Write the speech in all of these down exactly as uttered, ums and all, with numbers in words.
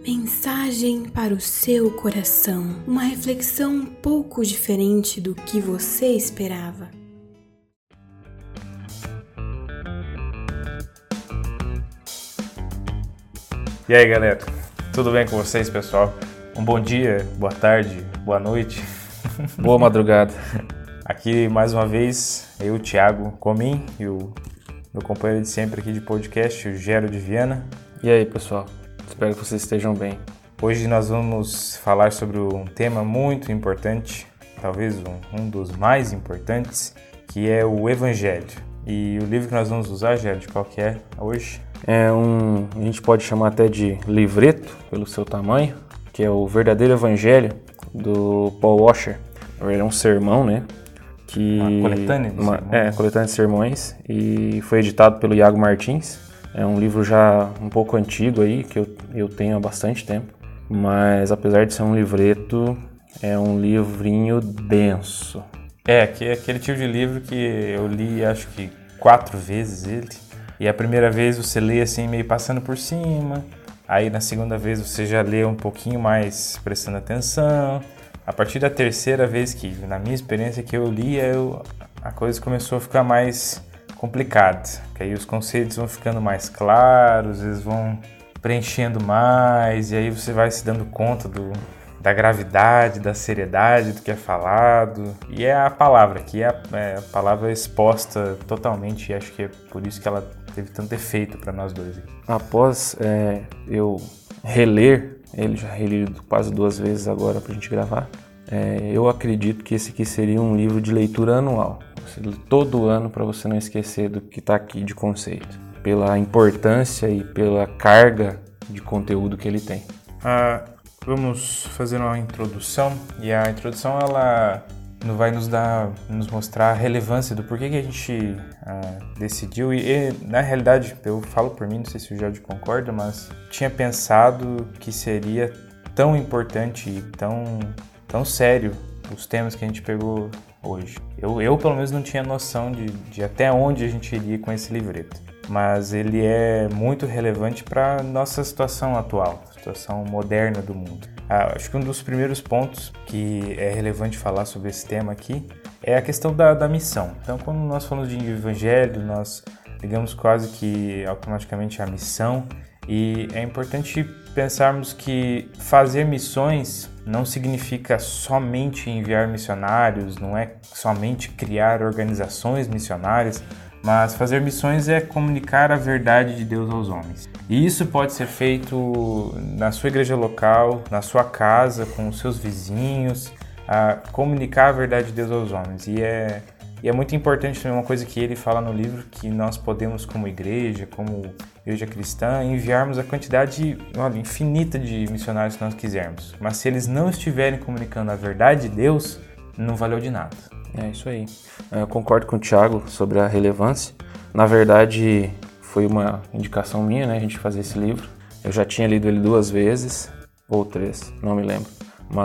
Mensagem para o seu coração. Uma reflexão um pouco diferente do que você esperava. E aí, galera? Tudo bem com vocês, pessoal? Um bom dia, boa tarde, boa noite. Boa madrugada. Aqui, mais uma vez, eu, o Thiago Comim, e o meu companheiro de sempre aqui de podcast, o Gero de Viana. E aí, pessoal? Espero que vocês estejam bem. Hoje nós vamos falar sobre um tema muito importante, talvez um, um dos mais importantes, que é o Evangelho. E o livro que nós vamos usar, Gero, de qual que é hoje? É um, a gente pode chamar até de livreto, pelo seu tamanho, que é o Verdadeiro Evangelho, do Paul Washer. Ele é um sermão, né? Que, uma coletânea de uma, sermões. É, coletânea de sermões, e foi editado pelo Iago Martins. É um livro já um pouco antigo aí, que eu, eu tenho há bastante tempo. Mas apesar de ser um livreto, é um livrinho denso. É, que é aquele tipo de livro que eu li acho que quatro vezes ele. E a primeira vez você lê assim meio passando por cima. Aí na segunda vez você já lê um pouquinho mais prestando atenção. A partir da terceira vez que, na minha experiência que eu li, eu, a coisa começou a ficar mais complicada. Porque aí os conceitos vão ficando mais claros, eles vão preenchendo mais, e aí você vai se dando conta do, da gravidade, da seriedade do que é falado. E é a palavra, que é a, é a palavra exposta totalmente, e acho que é por isso que ela teve tanto efeito para nós dois. Após é, eu reler, ele já relido quase duas vezes agora pra gente gravar, é, eu acredito que esse aqui seria um livro de leitura anual. Você lê todo ano para você não esquecer do que está aqui de conceito, pela importância e pela carga de conteúdo que ele tem. Ah, vamos fazer uma introdução, e a introdução ela vai nos dar, nos mostrar a relevância do porquê que a gente ah, decidiu, e, e na realidade eu falo por mim, não sei se o Jorge concorda, mas tinha pensado que seria tão importante e tão, tão sério os temas que a gente pegou hoje. Eu, eu pelo menos não tinha noção de, de até onde a gente iria com esse livreto, mas ele é muito relevante para a nossa situação atual, situação moderna do mundo. Ah, acho que um dos primeiros pontos que é relevante falar sobre esse tema aqui é a questão da, da missão. Então, quando nós falamos de evangelho, nós ligamos quase que automaticamente à missão, e é importante pensarmos que fazer missões não significa somente enviar missionários, não é somente criar organizações missionárias, mas fazer missões é comunicar a verdade de Deus aos homens. E isso pode ser feito na sua igreja local, na sua casa, com os seus vizinhos, a comunicar a verdade de Deus aos homens. E é, e é muito importante também uma coisa que ele fala no livro, que nós podemos, como igreja, como igreja cristã, enviarmos a quantidade olha, infinita de missionários que nós quisermos. Mas se eles não estiverem comunicando a verdade de Deus, não valeu de nada. É isso aí. Eu concordo com o Thiago sobre a relevância. Na verdade, foi uma indicação minha, né, a gente fazer esse livro. Eu já tinha lido ele duas vezes, ou três, não me lembro.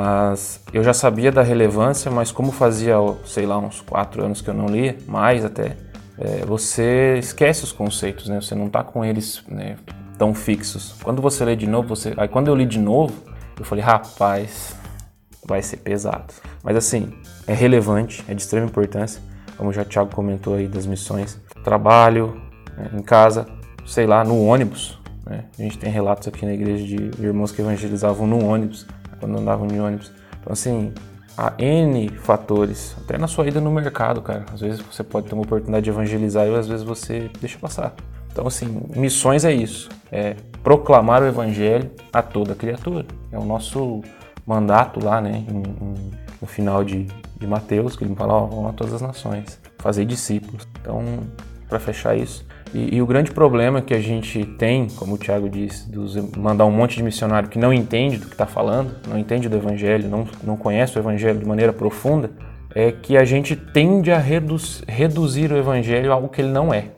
Mas eu já sabia da relevância, mas como fazia, sei lá, uns quatro anos que eu não lia, mais até, é, você esquece os conceitos, né? Você não tá com eles, né, tão fixos. Quando você lê de novo, você... Aí quando eu li de novo, eu falei, rapaz, vai ser pesado. Mas assim, é relevante, é de extrema importância, como já o Thiago comentou aí das missões. Trabalho, né, em casa, sei lá, no ônibus, né? A gente tem relatos aqui na igreja de irmãos que evangelizavam no ônibus, quando andavam de ônibus. Então assim, há N fatores, até na sua ida no mercado, cara. Às vezes você pode ter uma oportunidade de evangelizar e às vezes você deixa passar. Então assim, missões é isso, é proclamar o evangelho a toda criatura. É o nosso mandato lá, né, em, em, no final de, de Mateus, que ele fala, ó, vão a todas as nações, fazer discípulos. Então, para fechar isso, e, e o grande problema que a gente tem, como o Thiago disse, dos, mandar um monte de missionário que não entende do que está falando, não entende do evangelho, não, não conhece o evangelho de maneira profunda, é que a gente tende a reduz, reduzir o evangelho a algo que ele não é.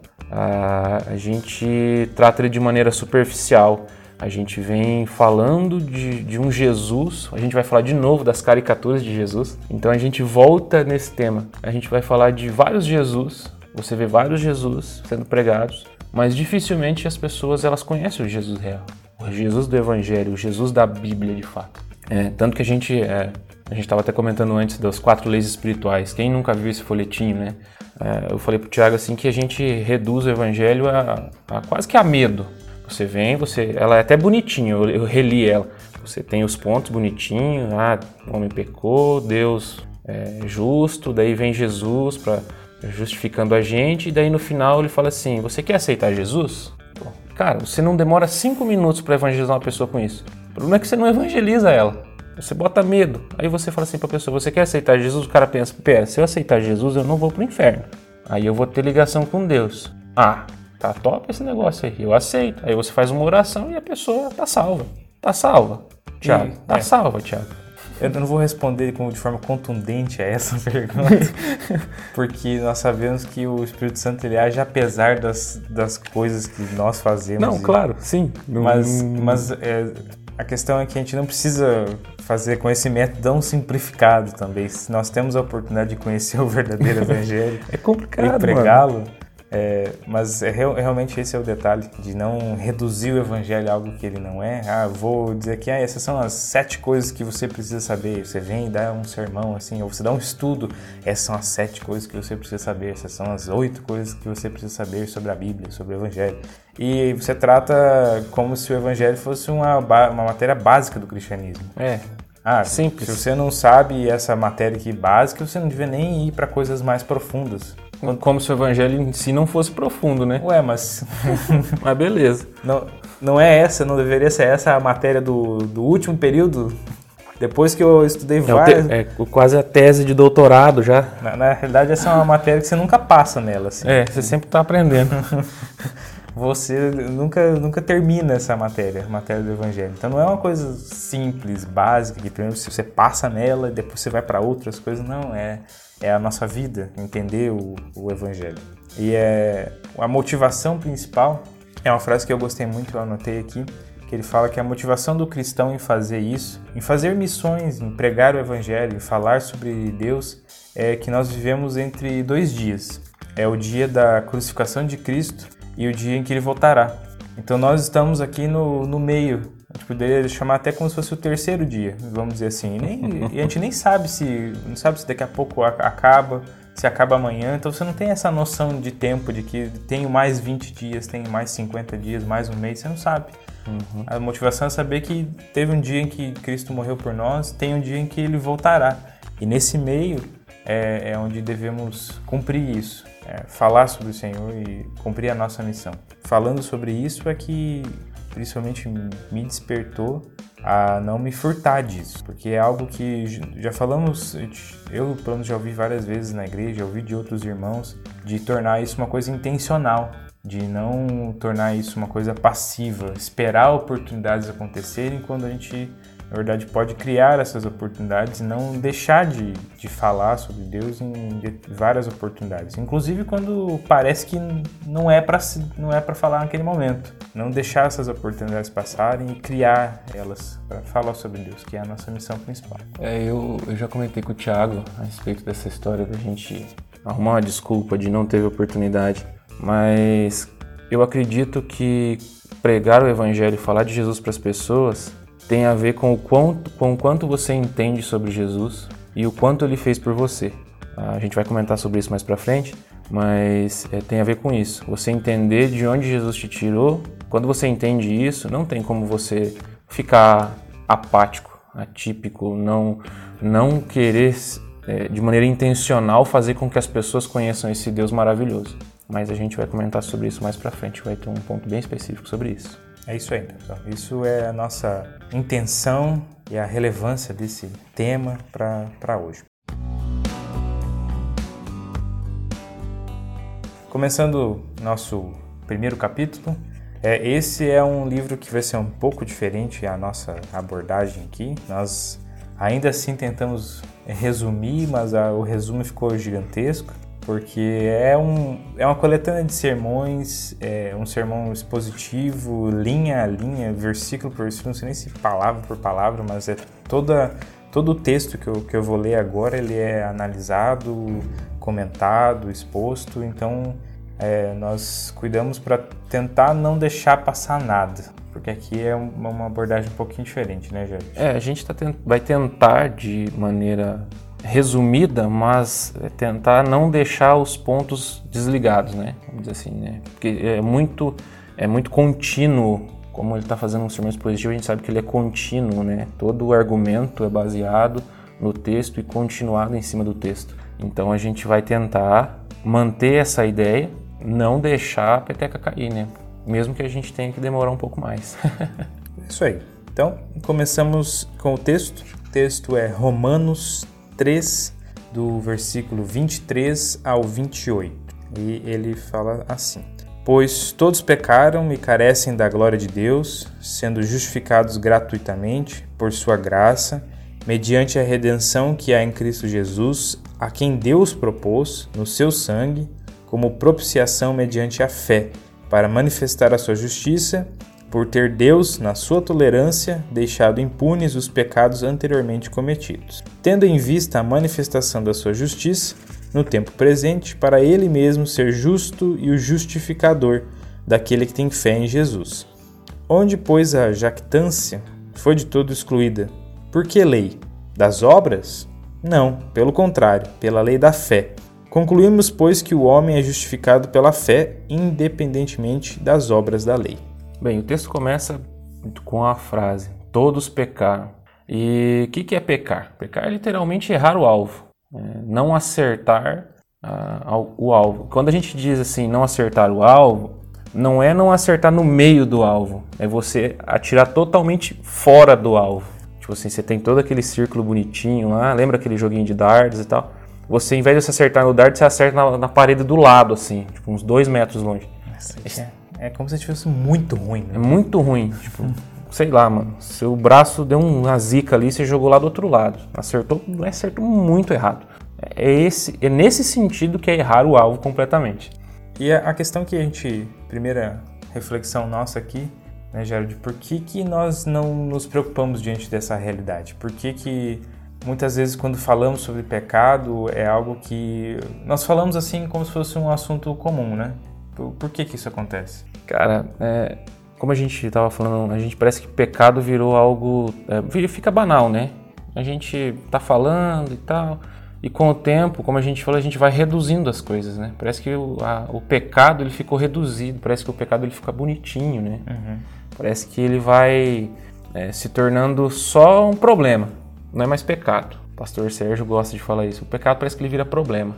A, a gente trata ele de maneira superficial. A gente vem falando de, de um Jesus, a gente vai falar de novo das caricaturas de Jesus, então a gente volta nesse tema. A gente vai falar de vários Jesus, você vê vários Jesus sendo pregados, mas dificilmente as pessoas elas conhecem o Jesus real. o Jesus do Evangelho, o Jesus da Bíblia de fato. É, tanto que a gente, é, a gente estava até comentando antes das quatro leis espirituais. Quem nunca viu esse folhetinho, né? É, eu falei pro Thiago assim que a gente reduz o Evangelho a, a quase que a medo. Você vem, você, ela é até bonitinha, eu, eu reli ela. Você tem os pontos bonitinhos, ah, o homem pecou, Deus é justo, daí vem Jesus para justificando a gente, e daí no final ele fala assim, você quer aceitar Jesus? Pô, cara, você não demora cinco minutos para evangelizar uma pessoa com isso. O problema é que você não evangeliza ela, você bota medo. Aí você fala assim pra pessoa, você quer aceitar Jesus? O cara pensa, pera, se eu aceitar Jesus eu não vou pro inferno, aí eu vou ter ligação com Deus. Ah, tá top esse negócio aí, eu aceito. Aí você faz uma oração e a pessoa tá salva. Tá salva, Thiago? E, tá é. salva, Thiago. Eu não vou responder de forma contundente a essa pergunta, porque nós sabemos que o Espírito Santo ele age apesar das, das coisas que nós fazemos. Não, e, claro, sim. Mas, mas é, a questão é que a gente não precisa fazer com esse método tão simplificado também. Se nós temos a oportunidade de conhecer o verdadeiro evangelho é complicado, e pregá-lo, É, mas é, realmente esse é o detalhe, de não reduzir o evangelho a algo que ele não é. Ah, vou dizer que ah, essas são as sete coisas que você precisa saber. Você vem e dá um sermão assim, ou você dá um estudo, essas são as sete coisas que você precisa saber, essas são as oito coisas que você precisa saber sobre a Bíblia, sobre o evangelho. E você trata como se o evangelho fosse uma, uma matéria básica do cristianismo. É. Ah, simples. Se você não sabe essa matéria aqui básica, você não devia nem ir para coisas mais profundas. Como se o evangelho em si não fosse profundo, né? Ué, mas... mas beleza. Não, não é essa, não deveria ser essa a matéria do, do último período? Depois que eu estudei é várias... Te, é quase a tese de doutorado já. Na, na realidade, essa é uma matéria que você nunca passa nela. Assim. É, você sempre está aprendendo. Você nunca, nunca termina essa matéria, a matéria do evangelho. Então não é uma coisa simples, básica, que primeiro você passa nela e depois você vai para outras coisas. Não, é... É a nossa vida, entender o, o evangelho. E é, a motivação principal é uma frase que eu gostei muito, eu anotei aqui, que ele fala que a motivação do cristão em fazer isso, em fazer missões, em pregar o evangelho, em falar sobre Deus, é que nós vivemos entre dois dias. É o dia da crucificação de Cristo e o dia em que ele voltará. Então nós estamos aqui no, no meio. A gente poderia chamar até como se fosse o terceiro dia, vamos dizer assim. E, nem, e a gente nem sabe se, não sabe se daqui a pouco acaba, se acaba amanhã. Então você não tem essa noção de tempo, de que tenho mais vinte dias, tenho mais cinquenta dias, mais um mês, você não sabe. Uhum. A motivação é saber que teve um dia em que Cristo morreu por nós, tem um dia em que ele voltará. E nesse meio é, é onde devemos cumprir isso, é, falar sobre o Senhor e cumprir a nossa missão. Falando sobre isso é que... principalmente me despertou a não me furtar disso, porque é algo que já falamos, eu pelo menos já ouvi várias vezes na igreja, já ouvi de outros irmãos, de tornar isso uma coisa intencional, de não tornar isso uma coisa passiva, esperar oportunidades acontecerem quando a gente, na verdade, pode criar essas oportunidades e não deixar de, de falar sobre Deus em várias oportunidades. Inclusive quando parece que não é para não é para falar naquele momento. Não deixar essas oportunidades passarem e criar elas para falar sobre Deus, que é a nossa missão principal. É, eu, eu já comentei com o Thiago a respeito dessa história da gente arrumar uma desculpa de não ter oportunidade, mas eu acredito que pregar o Evangelho, falar de Jesus para as pessoas... tem a ver com o, quanto, com o quanto você entende sobre Jesus e o quanto ele fez por você. A gente vai comentar sobre isso mais pra frente, mas é, tem a ver com isso. Você entender de onde Jesus te tirou. Quando você entende isso, não tem como você ficar apático, atípico, não, não querer é, de maneira intencional fazer com que as pessoas conheçam esse Deus maravilhoso. Mas a gente vai comentar sobre isso mais pra frente, vai ter um ponto bem específico sobre isso. É isso aí, pessoal. Isso é a nossa intenção e a relevância desse tema para hoje. Começando nosso primeiro capítulo, é, esse é um livro que vai ser um pouco diferente a nossa abordagem aqui. Nós ainda assim tentamos resumir, mas a, o resumo ficou gigantesco. Porque é, um, é uma coletânea de sermões, é um sermão expositivo, linha a linha, versículo por versículo, não sei nem se palavra por palavra, mas é toda, todo o texto que eu, que eu vou ler agora, ele é analisado, comentado, exposto, então é, nós cuidamos para tentar não deixar passar nada, Porque aqui é uma abordagem um pouquinho diferente, né, Jair? É, a gente tá tent... vai tentar de maneira resumida, mas tentar não deixar os pontos desligados, né? Vamos dizer assim, né? Porque é muito, é muito contínuo, como ele está fazendo um sermão expositivo, a gente sabe que ele é contínuo, né? Todo o argumento é baseado no texto e continuado em cima do texto. Então a gente vai tentar manter essa ideia, não deixar a peteca cair, né? Mesmo que a gente tenha que demorar um pouco mais. Isso aí. Então, começamos com o texto. O texto é Romanos três, do versículo vinte e três ao vinte e oito. E ele fala assim: Pois todos pecaram e carecem da glória de Deus, sendo justificados gratuitamente por sua graça, mediante a redenção que há em Cristo Jesus, a quem Deus propôs, no seu sangue, como propiciação mediante a fé, para manifestar a sua justiça, por ter Deus, na sua tolerância, deixado impunes os pecados anteriormente cometidos, tendo em vista a manifestação da sua justiça, no tempo presente, para ele mesmo ser justo e o justificador daquele que tem fé em Jesus. Onde, pois, a jactância foi de todo excluída. Por que lei? Das obras? Não, pelo contrário, pela lei da fé. Concluímos, pois, que o homem é justificado pela fé, independentemente das obras da lei. Bem, o texto começa com a frase, todos pecaram. E o que, que é pecar? Pecar é literalmente errar o alvo, é não acertar uh, o alvo. Quando a gente diz assim, não acertar o alvo, não é não acertar no meio do alvo, é você atirar totalmente fora do alvo. Tipo assim, você tem todo aquele círculo bonitinho lá, lembra aquele joguinho de dardos e tal? Você, em vez de você acertar no dardo, você acerta na, na parede do lado, assim, tipo uns dois metros longe. Nossa, é. É como se fosse muito ruim, né? É muito ruim. Tipo, sei lá, mano. Seu braço deu uma zica ali e você jogou lá do outro lado. Acertou, acertou muito errado. É, esse, é nesse sentido que é errar o alvo completamente. E a questão que a gente... Primeira reflexão nossa aqui, né, Gerald? Por que que nós não nos preocupamos diante dessa realidade? Por que que muitas vezes quando falamos sobre pecado é algo que... Nós falamos assim como se fosse um assunto comum, né? Por, por que que isso acontece? Cara, é, como a gente estava falando, a gente parece que pecado virou algo, é, fica banal, né? A gente tá falando e tal, e com o tempo, como a gente falou, a gente vai reduzindo as coisas, né? Parece que o, a, o pecado ele ficou reduzido, parece que o pecado ele fica bonitinho, né? Uhum. Parece que ele vai é, se tornando só um problema, não é mais pecado. O pastor Sérgio gosta de falar isso, o pecado parece que ele vira problema.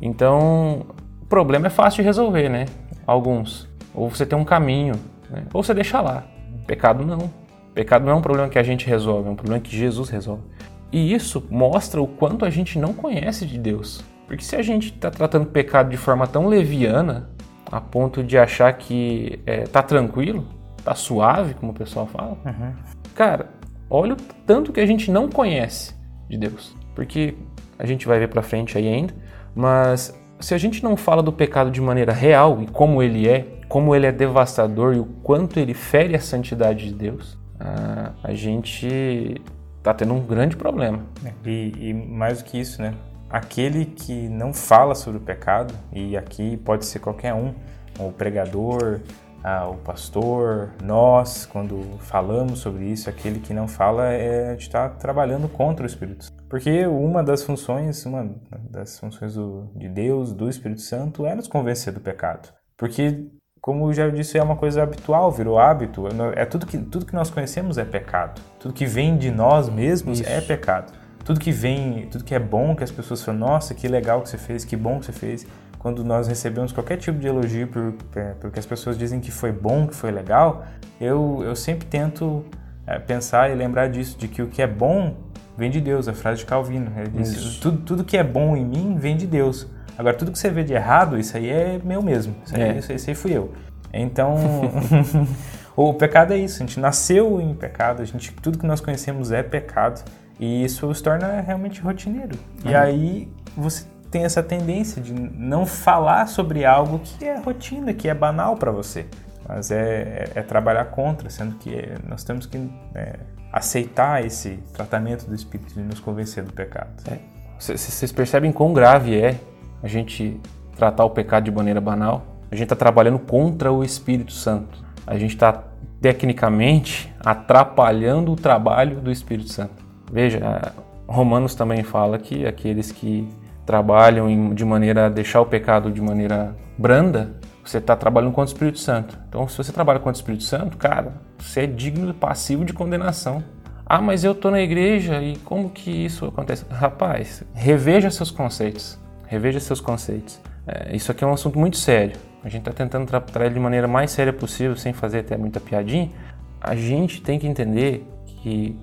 Então, o problema é fácil de resolver, né? Alguns. Ou você tem um caminho, né? Ou você deixa lá. Pecado não. Pecado não é um problema que a gente resolve, é um problema que Jesus resolve. E isso mostra o quanto a gente não conhece de Deus. Porque se a gente está tratando pecado de forma tão leviana, a ponto de achar que é, tá tranquilo, tá suave, como o pessoal fala, uhum. Cara, olha o tanto que a gente não conhece de Deus. Porque a gente vai ver pra frente aí ainda, mas se a gente não fala do pecado de maneira real e como ele é, como ele é devastador e o quanto ele fere a santidade de Deus, a, a gente tá tendo um grande problema. E, e mais do que isso, né? Aquele que não fala sobre o pecado, e aqui pode ser qualquer um, o pregador, ah, o pastor, nós, quando falamos sobre isso, aquele que não fala, é, a gente está trabalhando contra o Espírito Santo. Porque uma das funções, uma das funções do, de Deus, do Espírito Santo, é nos convencer do pecado. Porque, como eu já disse, é uma coisa habitual, virou hábito. É tudo que, tudo que nós conhecemos é pecado. Tudo que vem de nós mesmos isso. É pecado. Tudo que vem, tudo que é bom, que as pessoas falam, nossa, que legal que você fez, que bom que você fez. Quando nós recebemos qualquer tipo de elogio por, porque as pessoas dizem que foi bom, que foi legal, eu, eu sempre tento é, pensar e lembrar disso, de que o que é bom vem de Deus, a frase de Calvino. Ele diz, tudo, tudo que é bom em mim vem de Deus. Agora, tudo que você vê de errado, isso aí é meu mesmo. Isso aí, é. isso, isso aí fui eu. Então, o pecado é isso. A gente nasceu em pecado, a gente, tudo que nós conhecemos é pecado. E isso se torna realmente rotineiro. Uhum. E aí você tem essa tendência de não falar sobre algo que é rotina, que é banal para você. Mas é, é, é trabalhar contra, sendo que é, nós temos que é, aceitar esse tratamento do Espírito de nos convencer do pecado. É. Vocês percebem quão grave é a gente tratar o pecado de maneira banal? A gente está trabalhando contra o Espírito Santo. A gente está tecnicamente, atrapalhando o trabalho do Espírito Santo. Veja, Romanos também fala que aqueles que trabalham em, de maneira a deixar o pecado de maneira branda, você está trabalhando contra o Espírito Santo. Então, se você trabalha contra o Espírito Santo, cara, você é digno e passivo de condenação. Ah, mas eu estou na igreja e como que isso acontece? Rapaz, reveja seus conceitos. Reveja seus conceitos. É, isso aqui é um assunto muito sério. A gente está tentando tratar ele de maneira mais séria possível, sem fazer até muita piadinha. A gente tem que entender que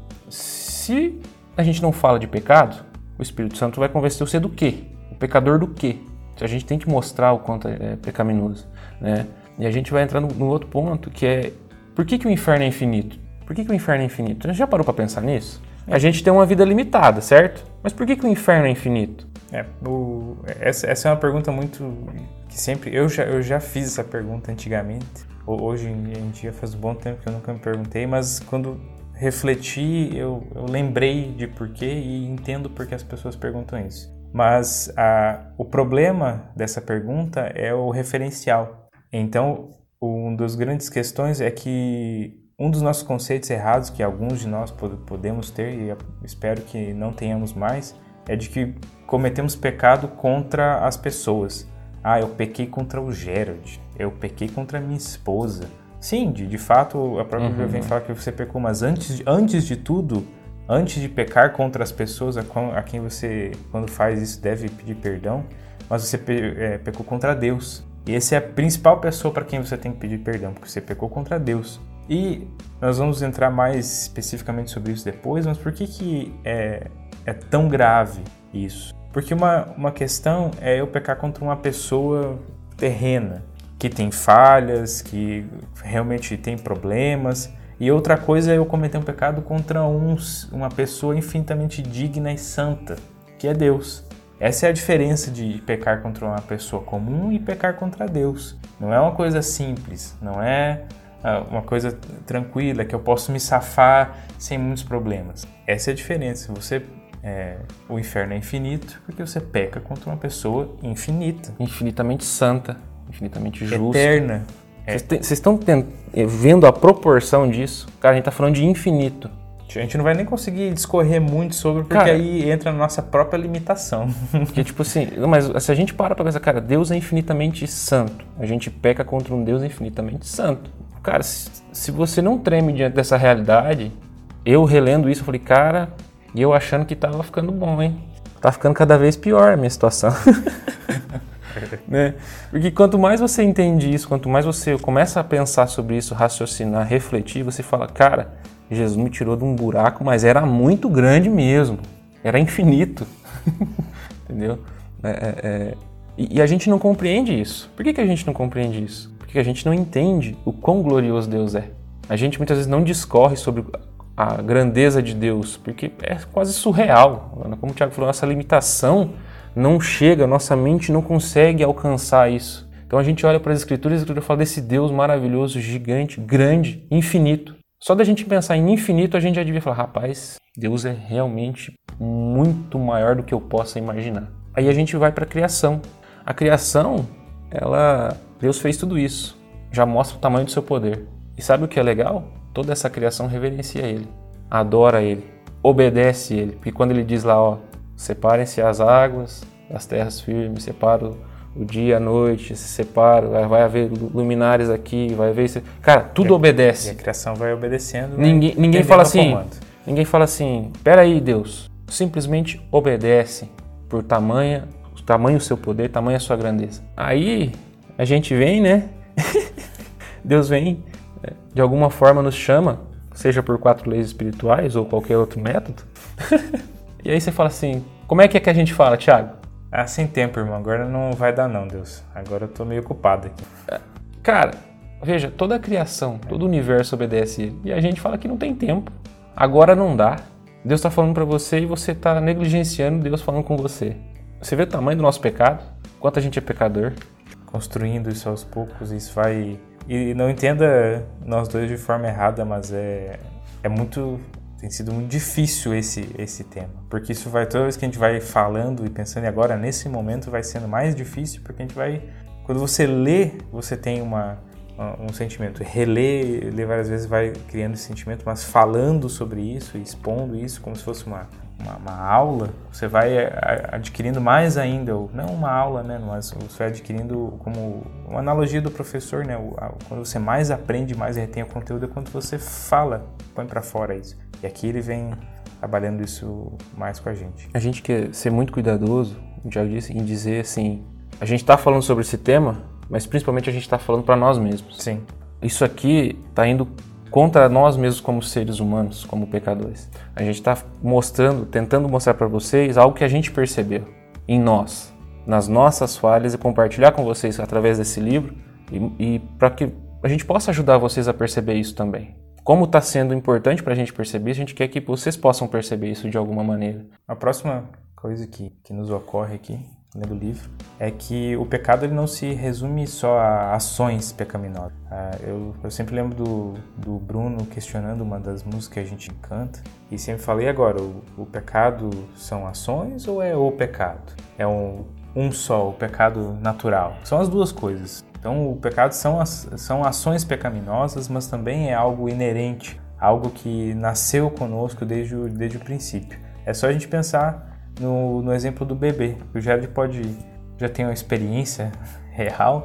se a gente não fala de pecado, o Espírito Santo vai convencer você do quê? O pecador do quê? A gente tem que mostrar o quanto é pecaminoso, né? E a gente vai entrar no, no outro ponto, que é por que, que o inferno é infinito? Por que, que o inferno é infinito? Você já parou para pensar nisso? A gente tem uma vida limitada, certo? Mas por que, que o inferno é infinito? É, o, essa, essa é uma pergunta muito que sempre... Eu já, eu já fiz essa pergunta antigamente. Hoje em dia faz um bom tempo que eu nunca me perguntei, mas quando refleti, eu, eu lembrei de porquê e entendo por que as pessoas perguntam isso. Mas a, o problema dessa pergunta é o referencial. Então, uma das grandes questões é que um dos nossos conceitos errados, que alguns de nós podemos ter, e espero que não tenhamos mais, é de que cometemos pecado contra as pessoas. Ah, eu pequei contra o Gerald, eu pequei contra a minha esposa. Sim, de, de fato, a própria Bíblia uhum. vem falar que você pecou, mas antes, antes de tudo, antes de pecar contra as pessoas a, a quem você, quando faz isso, deve pedir perdão, mas você pe, é, pecou contra Deus. E essa é a principal pessoa para quem você tem que pedir perdão, porque você pecou contra Deus. E nós vamos entrar mais especificamente sobre isso depois, mas por que, que é, é tão grave isso? Porque uma, uma questão é eu pecar contra uma pessoa terrena, que tem falhas, que realmente tem problemas, e outra coisa é eu cometer um pecado contra um, uma pessoa infinitamente digna e santa, que é Deus. Essa é a diferença de pecar contra uma pessoa comum e pecar contra Deus. Não é uma coisa simples, não é uma coisa tranquila, que eu posso me safar sem muitos problemas. Essa é a diferença. Você, é, o inferno é infinito porque você peca contra uma pessoa infinita. Infinitamente santa, infinitamente justa. Eterna. Vocês estão vendo a proporção disso? Cara, a gente está falando de infinito. A gente não vai nem conseguir discorrer muito sobre, porque cara, aí entra na nossa própria limitação. Porque, tipo assim, mas se a gente para pra pensar, cara, Deus é infinitamente santo. A gente peca contra um Deus infinitamente santo. Cara, se, se você não treme diante dessa realidade, eu relendo isso, eu falei, cara, e eu achando que tava ficando bom, hein? Tá ficando cada vez pior a minha situação. Né? Porque quanto mais você entende isso, quanto mais você começa a pensar sobre isso, raciocinar, refletir, você fala, cara, Jesus me tirou de um buraco, mas era muito grande mesmo, era infinito. Entendeu? É, é, é... E, e a gente não compreende isso. Por que, que a gente não compreende isso? Porque a gente não entende o quão glorioso Deus é. A gente muitas vezes não discorre sobre a grandeza de Deus, porque é quase surreal. Como o Thiago falou, nossa limitação não chega, nossa mente não consegue alcançar isso. Então a gente olha para as Escrituras e a Escritura fala desse Deus maravilhoso, gigante, grande, infinito. Só da gente pensar em infinito, a gente já devia falar, rapaz, Deus é realmente muito maior do que eu possa imaginar. Aí a gente vai para a criação. A criação, ela, Deus fez tudo isso, já mostra o tamanho do seu poder. E sabe o que é legal? Toda essa criação reverencia Ele, adora Ele, obedece Ele. Porque quando Ele diz lá, ó, separem-se as águas das terras firmes, separa o dia, a noite, se separa, vai haver luminares aqui, vai haver... Cara, tudo e a, obedece. E a criação vai obedecendo. Ninguém, vai ninguém fala assim, ninguém fala assim, peraí Deus, simplesmente obedece por tamanha, tamanho o seu poder, tamanho a sua grandeza. Aí a gente vem, né? Deus vem, de alguma forma nos chama, seja por quatro leis espirituais ou qualquer outro método. E aí você fala assim, como é que é que a gente fala, Thiago? Ah, sem tempo, irmão. Agora não vai dar não, Deus. Agora eu tô meio ocupado aqui. Cara, veja, toda a criação, todo o universo obedece Ele. E a gente fala que não tem tempo. Agora não dá. Deus tá falando pra você e você tá negligenciando Deus falando com você. Você vê o tamanho do nosso pecado? Quanto a gente é pecador? Construindo isso aos poucos, isso vai... E não entenda nós dois de forma errada, mas é, é muito... Tem sido muito difícil esse, esse tema, porque isso vai, toda vez que a gente vai falando e pensando, e agora nesse momento vai sendo mais difícil, porque a gente vai, quando você lê, você tem uma, um sentimento. Reler, ler várias vezes vai criando esse sentimento, mas falando sobre isso, expondo isso como se fosse uma, uma, uma aula, você vai adquirindo mais ainda, não uma aula, né, mas você vai adquirindo como uma analogia do professor, né, quando você mais aprende, mais retém o conteúdo é quando você fala, põe para fora isso. E aqui ele vem trabalhando isso mais com a gente. A gente quer ser muito cuidadoso, já disse, em dizer assim, a gente está falando sobre esse tema, mas principalmente a gente está falando para nós mesmos. Sim. Isso aqui está indo contra nós mesmos como seres humanos, como pecadores. A gente está mostrando, tentando mostrar para vocês algo que a gente percebeu em nós, nas nossas falhas, e compartilhar com vocês através desse livro, e, e para que a gente possa ajudar vocês a perceber isso também. Como está sendo importante para a gente perceber, a gente quer que vocês possam perceber isso de alguma maneira. A próxima coisa que, que nos ocorre aqui, lendo o livro, é que o pecado ele não se resume só a ações pecaminosas. Ah, eu, eu sempre lembro do, do Bruno questionando uma das músicas que a gente canta, e sempre falei agora, o, o pecado são ações ou é o pecado? É um, um só, o pecado natural. São as duas coisas. Então o pecado são, as, são ações pecaminosas, mas também é algo inerente, algo que nasceu conosco desde o, desde o princípio. É só a gente pensar No, no exemplo do bebê. O Jared pode já tem uma experiência real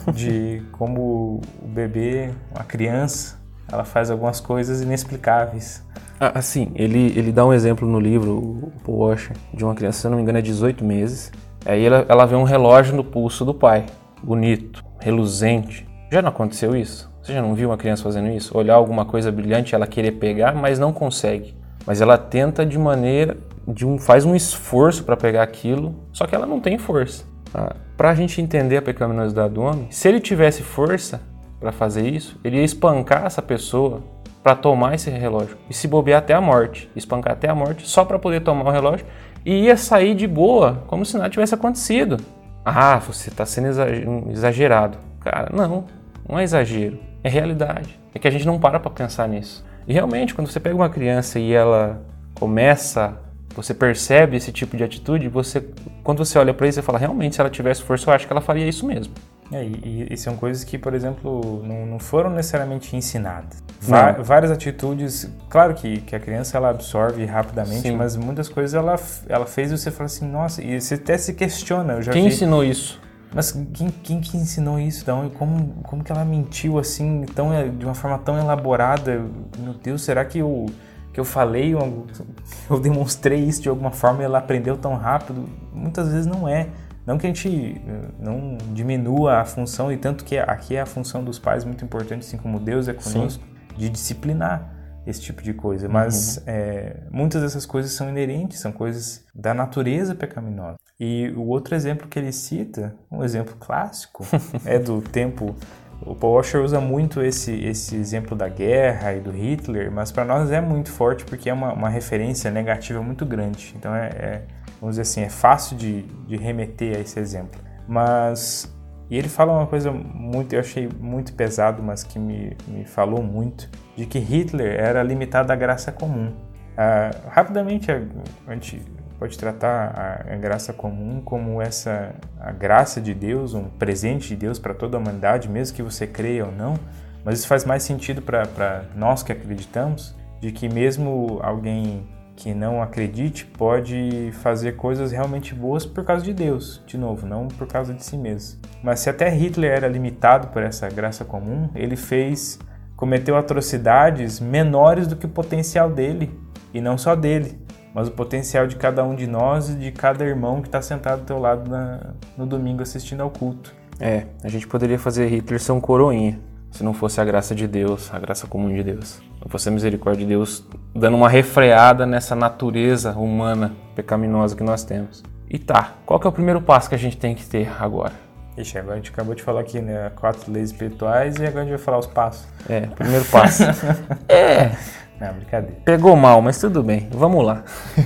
de como o bebê, uma criança, ela faz algumas coisas inexplicáveis. Assim, ele, ele dá um exemplo no livro, o Paul Washer, de uma criança, se eu não me engano, é dezoito meses. Aí ela, ela vê um relógio no pulso do pai, bonito, reluzente. Já não aconteceu isso? Você já não viu uma criança fazendo isso? Olhar alguma coisa brilhante, ela querer pegar, mas não consegue. Mas ela tenta de maneira... De um, faz um esforço para pegar aquilo, só que ela não tem força. Ah, para a gente entender a pecaminosidade do homem, se ele tivesse força para fazer isso, ele ia espancar essa pessoa para tomar esse relógio e se bobear até a morte, espancar até a morte só para poder tomar o relógio e ia sair de boa, como se nada tivesse acontecido. Ah, você está sendo exagerado. Cara, não, não é exagero, é realidade. É que a gente não para para pensar nisso. E realmente, quando você pega uma criança e ela começa... Você percebe esse tipo de atitude, você, quando você olha para isso, você fala, realmente, se ela tivesse força, eu acho que ela faria isso mesmo. É, e, e são coisas que, por exemplo, não, não foram necessariamente ensinadas. Va- várias atitudes, claro que, que a criança ela absorve rapidamente, Sim. mas muitas coisas ela, ela fez e você fala assim, nossa, e você até se questiona. Eu já quem vi, ensinou isso? Mas quem, quem que ensinou isso? Então, como, como que ela mentiu assim, tão, de uma forma tão elaborada? Meu Deus, será que eu... que eu falei, eu, eu demonstrei isso de alguma forma e ela aprendeu tão rápido, muitas vezes não é. Não que a gente não diminua a função, e tanto que aqui é a função dos pais muito importante, assim como Deus é conosco, Sim. de disciplinar esse tipo de coisa. Mas uhum. é, muitas dessas coisas são inerentes, são coisas da natureza pecaminosa. E o outro exemplo que ele cita, um exemplo clássico, é do tempo... O Paul Washer usa muito esse, esse exemplo da guerra e do Hitler, mas para nós é muito forte porque é uma, uma referência negativa muito grande. Então, é, é, vamos dizer assim, é fácil de, de remeter a esse exemplo. Mas, e ele fala uma coisa muito, eu achei muito pesado, mas que me, me falou muito, de que Hitler era limitado à graça comum. Ah, rapidamente, a, a gente... pode tratar a, a graça comum como essa, a graça de Deus, um presente de Deus para toda a humanidade, mesmo que você creia ou não, mas isso faz mais sentido para nós que acreditamos, de que mesmo alguém que não acredite pode fazer coisas realmente boas por causa de Deus, de novo, não por causa de si mesmo. Mas se até Hitler era limitado por essa graça comum, ele fez, cometeu atrocidades menores do que o potencial dele, e não só dele, mas o potencial de cada um de nós e de cada irmão que está sentado do teu lado na, no domingo assistindo ao culto. É, a gente poderia fazer Hitler ser um coroinha, se não fosse a graça de Deus, a graça comum de Deus. Não fosse a misericórdia de Deus dando uma refreada nessa natureza humana pecaminosa que nós temos. E tá, qual que é o primeiro passo que a gente tem que ter agora? Ixi, agora a gente acabou de falar aqui, né, quatro leis espirituais e agora a gente vai falar os passos. É, primeiro passo. é... Não, brincadeira. Pegou mal, mas tudo bem. Vamos lá.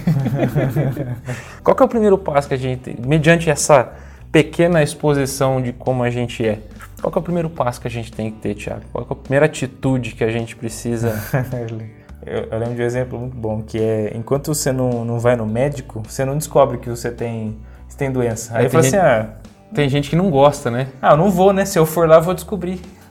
Qual que é o primeiro passo que a gente tem? Mediante essa pequena exposição de como a gente é, qual que é o primeiro passo que a gente tem que ter, Thiago? Qual que é a primeira atitude que a gente precisa... eu, eu lembro de um exemplo muito bom, que é, enquanto você não, não vai no médico, você não descobre que você tem, você tem doença. Aí é, eu falo assim, ah... Tem gente que não gosta, né? Ah, eu não vou, né? Se eu for lá, eu vou descobrir.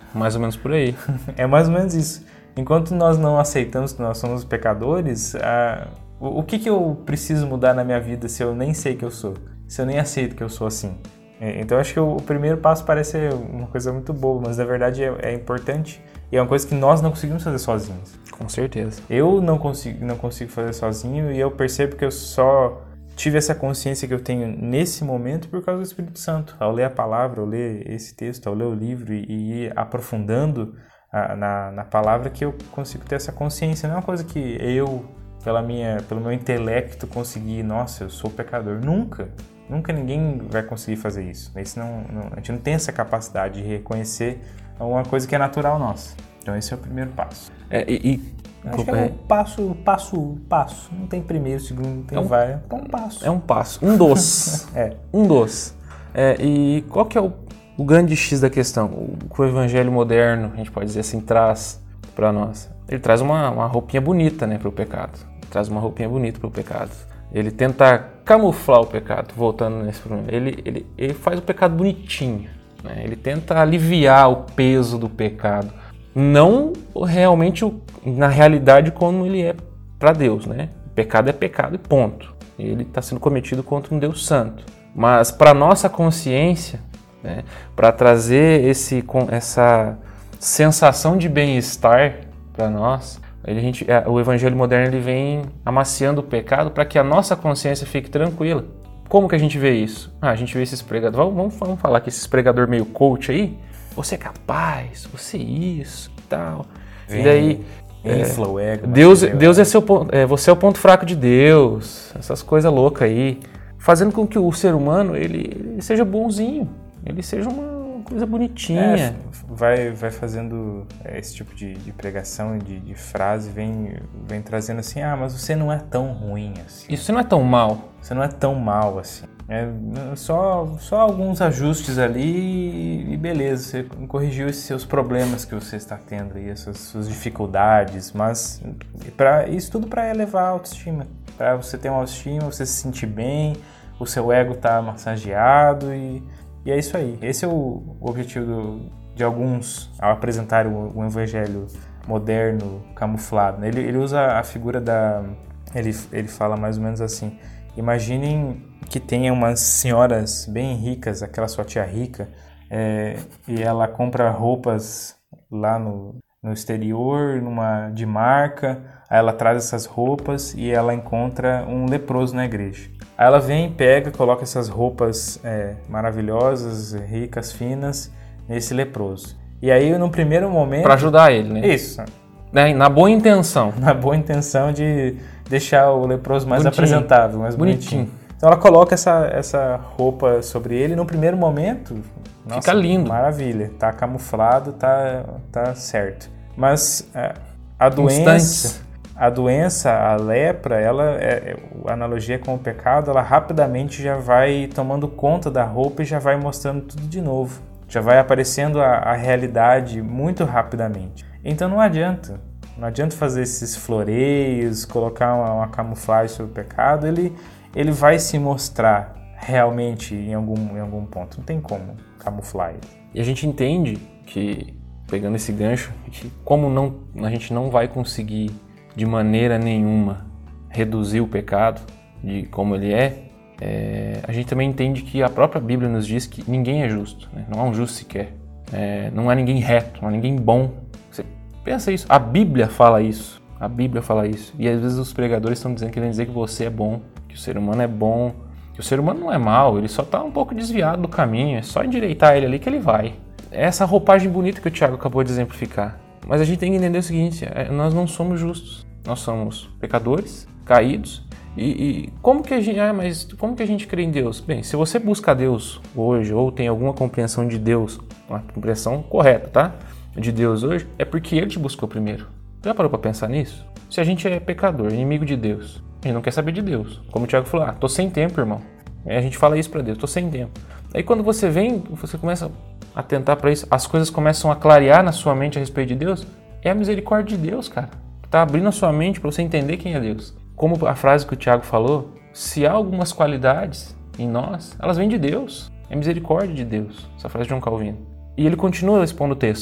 Mais ou menos por aí. É mais ou menos isso. Enquanto nós não aceitamos que nós somos pecadores, a, o, o que, que eu preciso mudar na minha vida se eu nem sei que eu sou? Se eu nem aceito que eu sou assim? É, então acho que o, o primeiro passo parece uma coisa muito boa, mas na verdade é, é importante e é uma coisa que nós não conseguimos fazer sozinhos. Com certeza. Eu não consigo, não consigo fazer sozinho e eu percebo que eu só tive essa consciência que eu tenho nesse momento por causa do Espírito Santo. Ao ler a palavra, ao ler esse texto, ao ler o livro e, e ir aprofundando a, na, na palavra que eu consigo ter essa consciência. Não é uma coisa que eu, pela minha, pelo meu intelecto, consegui, nossa, eu sou pecador. Nunca. Nunca ninguém vai conseguir fazer isso. Isso não, não, a gente não tem essa capacidade de reconhecer uma coisa que é natural nossa. Então esse é o primeiro passo. É, e, e, Acho que é um passo, passo, passo. Não tem primeiro, segundo, não tem é um, vai. É um passo. É um passo. Um dos. é. Um dos. É, e qual que é o, o grande X da questão? O que o evangelho moderno, a gente pode dizer assim, traz para nós? Ele traz uma, uma roupinha bonita, né, para o pecado. Ele traz uma roupinha bonita para o pecado. Ele tenta camuflar o pecado, voltando nesse problema. Ele, ele, ele faz o pecado bonitinho, né? Ele tenta aliviar o peso do pecado. Não realmente, na realidade, como ele é para Deus, né? O pecado é pecado e ponto. Ele está sendo cometido contra um Deus santo. Mas para nossa consciência, né, para trazer esse, essa sensação de bem-estar para nós, a gente, o evangelho moderno ele vem amaciando o pecado para que a nossa consciência fique tranquila. Como que a gente vê isso? Ah, a gente vê esses pregadores, vamos, vamos falar que esses pregadores meio coach aí, você é capaz, você é isso e tal. Vem, e daí, vem é, flow, ego, Deus, Deus é seu ponto, é, você é o ponto fraco de Deus, essas coisas loucas aí, fazendo com que o ser humano ele, ele seja bonzinho, ele seja uma coisa bonitinha. É, vai, vai fazendo esse tipo de, de pregação e de, de frase, vem, vem trazendo assim, ah, mas você não é tão ruim assim. Isso não é tão mal. Você não é tão mal assim. É só, só alguns ajustes ali e beleza, você corrigiu esses seus problemas que você está tendo aí, essas suas dificuldades, mas pra, isso tudo para elevar a autoestima, para você ter uma autoestima, você se sentir bem, o seu ego tá massageado e, e é isso aí. Esse é o objetivo do, de alguns ao apresentar o, o evangelho moderno camuflado. Ele, ele usa a figura da... Ele, ele fala mais ou menos assim: imaginem que tenha umas senhoras bem ricas, aquela sua tia rica, é, e ela compra roupas lá no, no exterior, numa, de marca, aí ela traz essas roupas e ela encontra um leproso na igreja. Aí ela vem, pega, coloca essas roupas é, maravilhosas, ricas, finas, nesse leproso. E aí, no primeiro momento... Para ajudar ele, né? Isso. Na boa intenção. Na boa intenção de deixar o leproso mais bonitinho. apresentável, mais bonitinho. bonitinho. Então ela coloca essa, essa roupa sobre ele e no primeiro momento... Nossa, fica lindo. Maravilha. Tá camuflado, tá, tá certo. Mas é, a doença... Instantes. A doença, a lepra, ela é, a analogia com o pecado, ela rapidamente já vai tomando conta da roupa e já vai mostrando tudo de novo. Já vai aparecendo a, a realidade muito rapidamente. Então não adianta. Não adianta fazer esses floreios, colocar uma, uma camuflagem sobre o pecado. Ele, ele vai se mostrar realmente em algum, em algum ponto. Não tem como camuflar ele. E a gente entende que, pegando esse gancho, que como não, a gente não vai conseguir de maneira nenhuma reduzir o pecado de como ele é, é, a gente também entende que a própria Bíblia nos diz que ninguém é justo, né? Não há um justo sequer, é, não há ninguém reto, não há ninguém bom. Você pensa isso, a Bíblia fala isso, a Bíblia fala isso, e às vezes os pregadores estão dizendo, querendo dizer que você é bom, que o ser humano é bom, que o ser humano não é mau, ele só está um pouco desviado do caminho, é só endireitar ele ali que ele vai. É essa roupagem bonita que o Tiago acabou de exemplificar. Mas a gente tem que entender o seguinte, nós não somos justos, nós somos pecadores, caídos, e, e como que a gente, ah, mas como que a gente crê em Deus? Bem, se você busca Deus hoje, ou tem alguma compreensão de Deus, uma compreensão correta, tá? De Deus hoje, é porque Ele te buscou primeiro. Já parou para pensar nisso? Se a gente é pecador, inimigo de Deus, a gente não quer saber de Deus. Como o Tiago falou, ah, tô sem tempo, irmão. Aí a gente fala isso para Deus, tô sem tempo. Aí quando você vem, você começa a atentar para isso, as coisas começam a clarear na sua mente a respeito de Deus, é a misericórdia de Deus, cara. Tá abrindo a sua mente para você entender quem é Deus. Como a frase que o Tiago falou, se há algumas qualidades em nós, elas vêm de Deus. É misericórdia de Deus. Essa frase de João Calvino. E ele continua expondo o texto.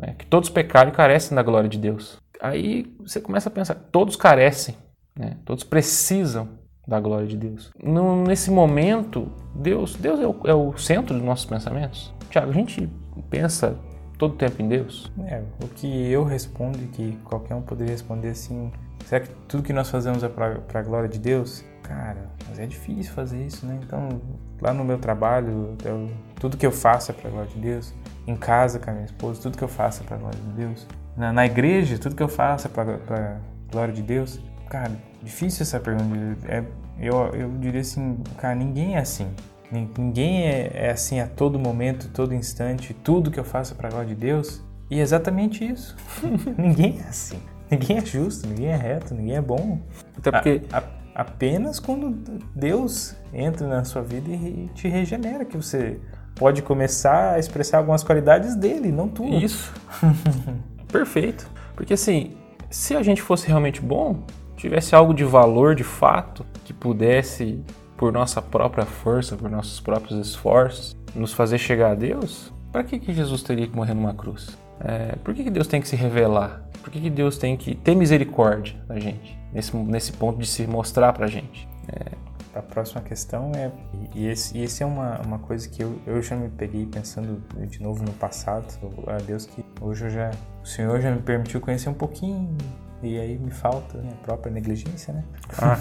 né? Que todos pecaram e carecem da glória de Deus. Aí você começa a pensar, todos carecem, né? Todos precisam da glória de Deus. No, nesse momento, Deus, Deus é o, é o centro dos nossos pensamentos. Tiago, a gente pensa todo o tempo em Deus? É, o que eu respondo e que qualquer um poderia responder assim, será que tudo que nós fazemos é para a glória de Deus? Cara, mas é difícil fazer isso, né? Então, lá no meu trabalho, eu, tudo que eu faço é para a glória de Deus. Em casa com a minha esposa, tudo que eu faço é para a glória de Deus. Na, na igreja, tudo que eu faço é para a glória de Deus. Cara, difícil essa pergunta. É, eu, eu diria assim, cara, ninguém é assim. Ninguém é, é assim a todo momento, todo instante. Tudo que eu faço é para a glória de Deus. E é exatamente isso. Ninguém é assim. Ninguém é justo, ninguém é reto, ninguém é bom. Até porque... A, a, apenas quando Deus entra na sua vida e te regenera, que você pode começar a expressar algumas qualidades dele, não tudo. Isso. Perfeito. Porque assim, se a gente fosse realmente bom, tivesse algo de valor, de fato, que pudesse, por nossa própria força, por nossos próprios esforços, nos fazer chegar a Deus, para que, que Jesus teria que morrer numa cruz? É, por que, que Deus tem que se revelar? Por que, que Deus tem que ter misericórdia da gente? Nesse, nesse ponto de se mostrar pra gente. É, a próxima questão é... E esse, e esse é uma, uma coisa que eu, eu já me peguei pensando de novo no passado. A Deus que hoje eu já... O Senhor já me permitiu conhecer um pouquinho... E aí me falta a minha própria negligência, né? Ah,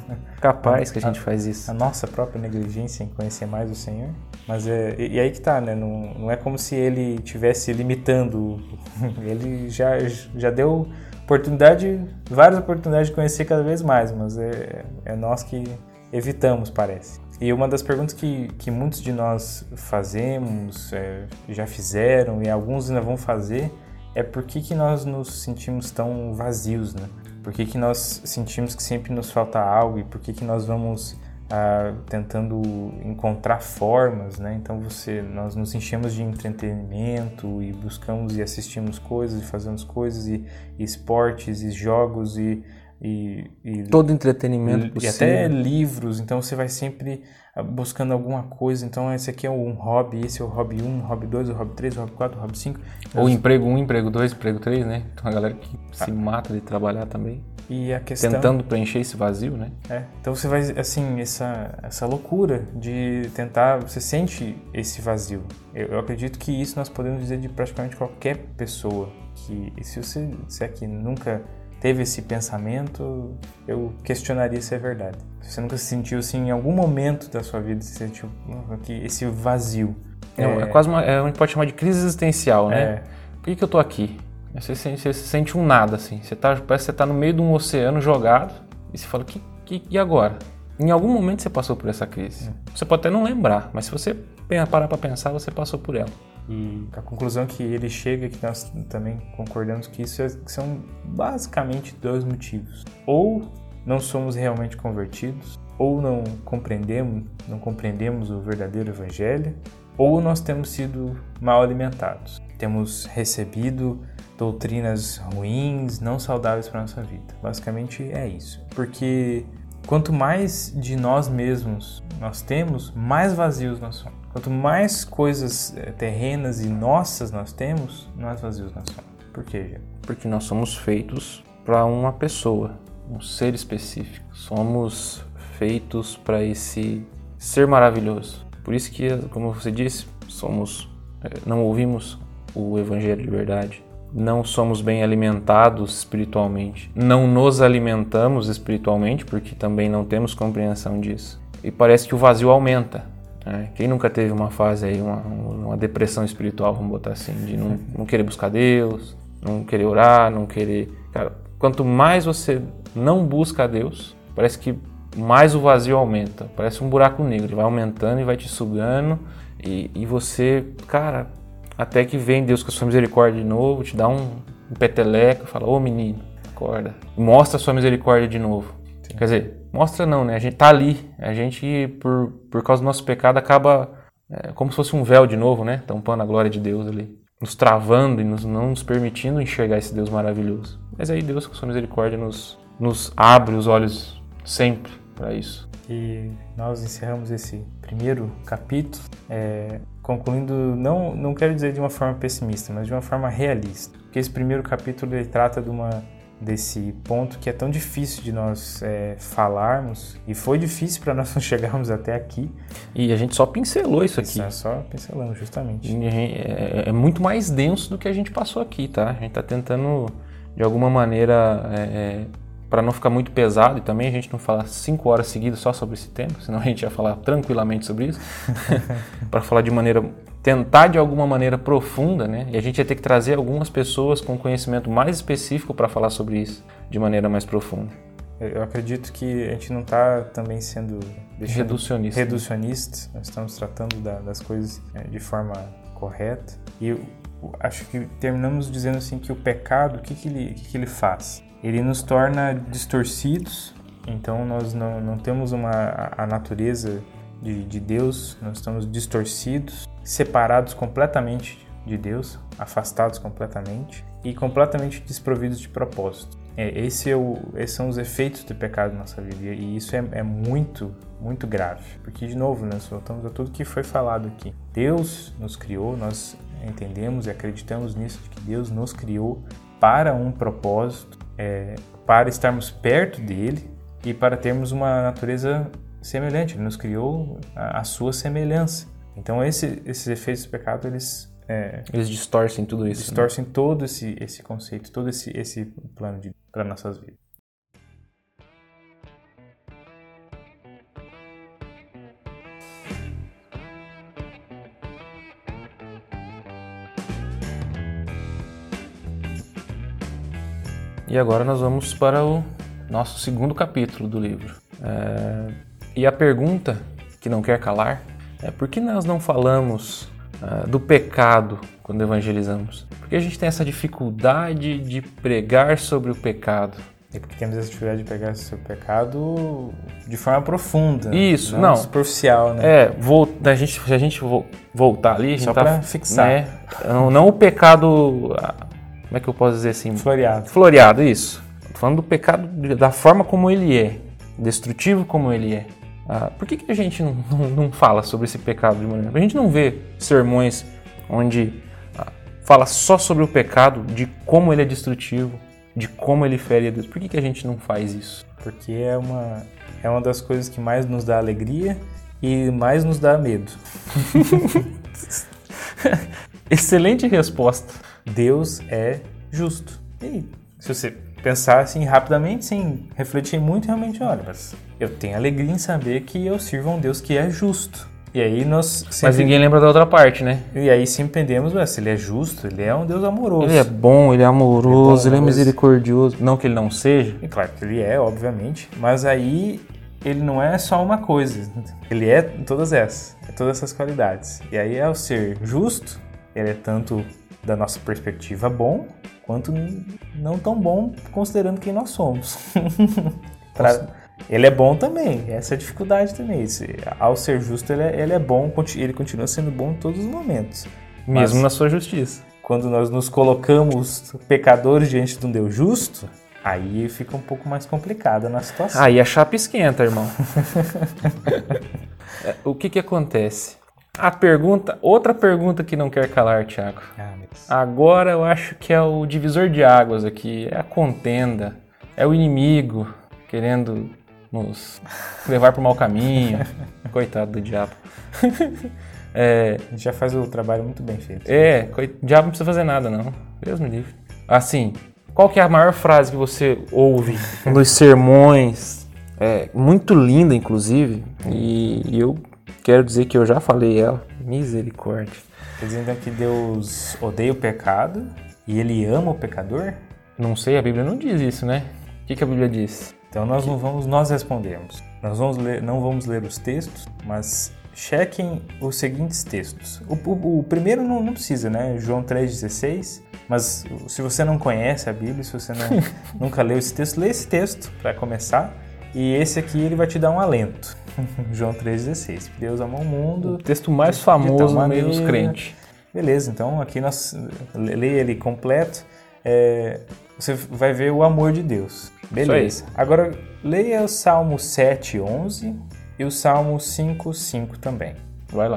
capaz que a gente faz isso. A nossa própria negligência em conhecer mais o Senhor. Mas é... E, e aí que tá, né? Não, não é como se Ele estivesse limitando. Ele já, já deu... oportunidade, várias oportunidades de conhecer cada vez mais, mas é, é nós que evitamos, parece. E uma das perguntas que, que muitos de nós fazemos, é, já fizeram e alguns ainda vão fazer, é por que, que nós nos sentimos tão vazios, né? Por que, que nós sentimos que sempre nos falta algo e por que, que nós vamos ah, tentando encontrar formas, né? Então você, nós nos enchemos de entretenimento e buscamos e assistimos coisas e fazemos coisas e, e esportes e jogos e, e, e todo entretenimento e, possível. E até livros, então você vai sempre buscando alguma coisa, então esse aqui é um hobby, esse é o hobby um, o hobby dois, o hobby três, o hobby quatro, o hobby cinco. Ou emprego um, emprego dois, emprego três, né? Então a galera que se mata de trabalhar também. E a questão... Tentando preencher esse vazio, né? É, então você vai, assim, essa, essa loucura de tentar, você sente esse vazio. Eu, eu acredito que isso nós podemos dizer de praticamente qualquer pessoa, que se você disser que nunca teve esse pensamento, eu questionaria se é verdade. Se você nunca se sentiu assim, em algum momento da sua vida, você sentiu aqui, esse vazio. É, é, é quase uma, é, a gente pode chamar de crise existencial, né? É. Por que, que eu tô aqui? Você sente, você sente um nada, assim. Você tá, parece que você tá no meio de um oceano jogado e você fala, que, que, e agora? Em algum momento você passou por essa crise. Hum. Você pode até não lembrar, mas se você parar para pensar, você passou por ela. E a conclusão que ele chega, que nós também concordamos que isso é, que são basicamente dois motivos. Ou não somos realmente convertidos, ou não compreendemos, não compreendemos o verdadeiro evangelho, ou nós temos sido mal alimentados. Temos recebido doutrinas ruins, não saudáveis para a nossa vida. Basicamente é isso. Porque quanto mais de nós mesmos nós temos, mais vazios nós somos. Quanto mais coisas terrenas e nossas nós temos, mais vazios nós somos. Por quê, Gê? Porque nós somos feitos para uma pessoa, um ser específico. Somos feitos para esse ser maravilhoso. Por isso que, como você disse, somos, não ouvimos o evangelho de verdade. Não somos bem alimentados espiritualmente. Não nos alimentamos espiritualmente, porque também não temos compreensão disso. E parece que o vazio aumenta. Né? Quem nunca teve uma fase aí, uma, uma depressão espiritual, vamos botar assim, de não, não querer buscar Deus, não querer orar, não querer... Cara, quanto mais você não busca a Deus, parece que mais o vazio aumenta. Parece um buraco negro, ele vai aumentando e vai te sugando. E, e você, cara... Até que vem Deus com a sua misericórdia de novo, te dá um, um peteleco, fala, ô menino, acorda. Mostra a sua misericórdia de novo. Sim. Quer dizer, mostra não, né? A gente tá ali. A gente, por, por causa do nosso pecado, acaba é, como se fosse um véu de novo, né? Tampando a glória de Deus ali. Nos travando e nos, não nos permitindo enxergar esse Deus maravilhoso. Mas aí Deus, com a sua misericórdia, nos, nos abre os olhos sempre para isso. E nós encerramos esse primeiro capítulo é, concluindo, não, não quero dizer de uma forma pessimista, mas de uma forma realista. Porque esse primeiro capítulo ele trata de uma, desse ponto que é tão difícil de nós é, falarmos, e foi difícil para nós chegarmos até aqui. E a gente só pincelou isso aqui. Só, só pincelamos, justamente. É, é muito mais denso do que a gente passou aqui, tá? A gente está tentando, de alguma maneira, é, é, para não ficar muito pesado, e também a gente não falar cinco horas seguidas só sobre esse tema, senão a gente ia falar tranquilamente sobre isso, para falar de maneira, tentar de alguma maneira profunda, né? E a gente ia ter que trazer algumas pessoas com conhecimento mais específico para falar sobre isso de maneira mais profunda. Eu acredito que a gente não está também sendo reducionista. reducionista, nós estamos tratando da, das coisas é, de forma correta. E eu acho que terminamos dizendo assim que o pecado, o que, que, ele, o que, que ele faz? Ele nos torna distorcidos, então nós não, não temos uma, a natureza de, de Deus, nós estamos distorcidos, separados completamente de Deus, afastados completamente e completamente desprovidos de propósito. É, esse é o, esses são os efeitos do pecado na nossa vida, e isso é, é muito, muito grave, porque de novo nós voltamos a tudo que foi falado aqui. Deus nos criou, nós entendemos e acreditamos nisso, de que Deus nos criou para um propósito, É, para estarmos perto dele e para termos uma natureza semelhante. Ele nos criou a, a sua semelhança. Então esse, esses efeitos do pecado, eles... É, eles distorcem tudo isso. Distorcem né? todo esse, esse conceito, todo esse, esse plano de, para nossas vidas. E agora nós vamos para o nosso segundo capítulo do livro. É... E a pergunta que não quer calar é: por que nós não falamos uh, do pecado quando evangelizamos? Porque a gente tem essa dificuldade de pregar sobre o pecado. É porque temos essa dificuldade de pregar sobre o pecado de forma profunda. Isso, não, não. superficial, né? É, vou, a gente, se a gente voltar ali... A gente Só tá, para fixar. Né, não, não o pecado... Como é que eu posso dizer assim? Floreado. Floreado, isso. Tô falando do pecado da forma como ele é, destrutivo como ele é. Ah, por que, que a gente não, não, não fala sobre esse pecado de maneira... A gente não vê sermões onde ah, fala só sobre o pecado, de como ele é destrutivo, de como ele fere a Deus. Por que, que a gente não faz isso? Porque é uma, é uma das coisas que mais nos dá alegria e mais nos dá medo. Excelente resposta. Deus é justo. E se você pensar assim rapidamente, sem refletir muito, realmente, olha, mas eu tenho alegria em saber que eu sirvo a um Deus que é justo. E aí nós sempre... Mas ninguém lembra da outra parte, né? E aí sempre entendemos, ué, se ele é justo, ele é um Deus amoroso. Ele é bom, ele é amoroso, ele é, ele é misericordioso. Não que ele não seja. E claro que ele é, obviamente, mas aí ele não é só uma coisa. Ele é todas essas, é todas essas qualidades. E aí, ao ser justo, ele é tanto da nossa perspectiva bom, quanto não tão bom considerando quem nós somos. pra... Ele é bom também, essa é a dificuldade também. Ao ser justo, ele é, ele é bom, ele continua sendo bom em todos os momentos. Mesmo Mas, na sua justiça. Quando nós nos colocamos pecadores diante de um Deus justo, aí fica um pouco mais complicada na situação. Aí a chapa esquenta, irmão. O que que acontece? A pergunta, outra pergunta que não quer calar, Thiago. Ah, meu Deus. Agora eu acho que é o divisor de águas aqui, é a contenda, é o inimigo querendo nos levar para o mau caminho. Coitado do diabo. É, a gente já faz o trabalho muito bem feito. É, o diabo não precisa fazer nada, não. Deus me livre. Assim, qual que é a maior frase que você ouve nos sermões? É muito linda, inclusive, e, e eu quero dizer que eu já falei ela. Misericórdia. Quer dizer então que Deus odeia o pecado e Ele ama o pecador? Não sei, a Bíblia não diz isso, né? O que, que a Bíblia diz? Então nós não vamos, nós respondemos. Nós vamos ler, não vamos ler os textos, mas chequem os seguintes textos. O, o, o primeiro não, não precisa, né? João três dezesseis. Mas se você não conhece a Bíblia, se você não, nunca leu esse texto, lê esse texto para começar. E esse aqui ele vai te dar um alento. João três dezesseis. Deus amou o mundo. O texto mais famoso no meio dos crentes. Beleza, então aqui nós leia ele completo. É, você vai ver o amor de Deus. Beleza. Agora leia o Salmo sete, onze e o Salmo cinco, cinco também. Vai lá.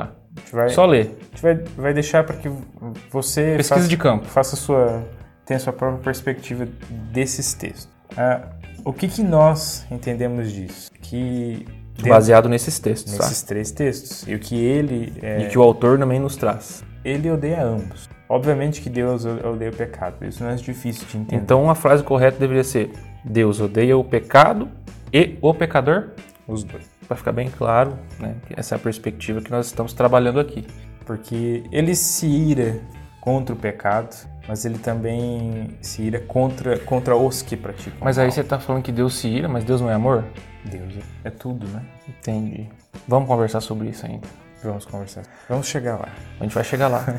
gente vai, Só ler. A gente vai, vai deixar para que você Pesquisa faça, de campo. faça a sua, tenha a sua própria perspectiva desses textos. Ah, o que, que nós entendemos disso? Que dentro, baseado nesses textos. Nesses tá? três textos. E o que ele... É, e que o autor também nos traz. Ele odeia ambos. Obviamente que Deus odeia o pecado. Isso não é difícil de entender. Então a frase correta deveria ser: Deus odeia o pecado e o pecador? Os dois. Para ficar bem claro, né? Essa é a perspectiva que nós estamos trabalhando aqui. Porque ele se ira contra o pecado, mas ele também se ira contra, contra os que praticam. Mas aí você está falando que Deus se ira, mas Deus não é amor? Deus é tudo, né? Entendi. Vamos conversar sobre isso ainda. Vamos conversar. Vamos chegar lá. A gente vai chegar lá.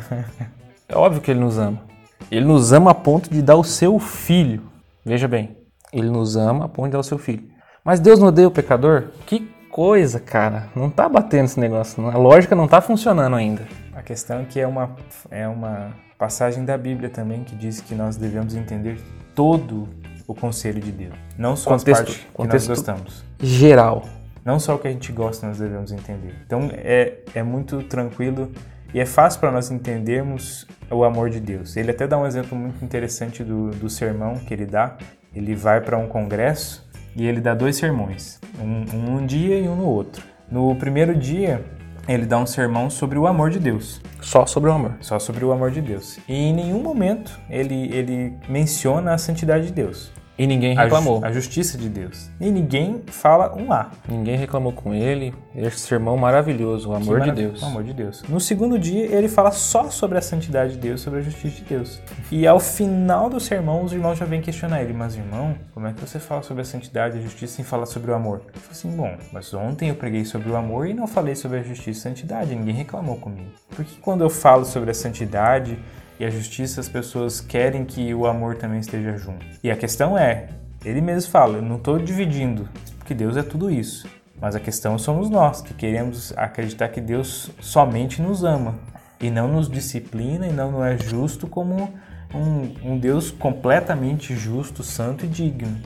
É óbvio que ele nos ama. Ele nos ama a ponto de dar o seu filho. Veja bem, ele nos ama a ponto de dar o seu filho. Mas Deus não odeia o pecador? Que coisa, cara. Não tá batendo esse negócio. A lógica não tá funcionando ainda. A questão é que é uma, é uma passagem da Bíblia também que diz que nós devemos entender todo o conselho de Deus. Não só contexto, as partes que contexto nós gostamos. Geral. Não só o que a gente gosta nós devemos entender. Então é, é muito tranquilo e é fácil para nós entendermos o amor de Deus. Ele até dá um exemplo muito interessante do, do sermão que ele dá. Ele vai para um congresso e ele dá dois sermões, um, um um dia e um no outro. No primeiro dia, ele dá um sermão sobre o amor de Deus. Só sobre o amor. Só sobre o amor de Deus. E em nenhum momento ele, ele menciona a santidade de Deus. E ninguém reclamou. A, a justiça de Deus. E ninguém fala um A. Ninguém reclamou com ele. Esse sermão maravilhoso, o amor de Deus. O amor de Deus. No segundo dia, ele fala só sobre a santidade de Deus, sobre a justiça de Deus. E ao final do sermão, os irmãos já vêm questionar ele. Mas, irmão, como é que você fala sobre a santidade e a justiça sem falar sobre o amor? Ele falou assim, bom, mas ontem eu preguei sobre o amor e não falei sobre a justiça e a santidade. Ninguém reclamou comigo. Porque quando eu falo sobre a santidade e a justiça, as pessoas querem que o amor também esteja junto. E a questão é, ele mesmo fala, eu não estou dividindo, porque Deus é tudo isso. Mas a questão somos nós, que queremos acreditar que Deus somente nos ama. E não nos disciplina e não, não é justo como um, um Deus completamente justo, santo e digno.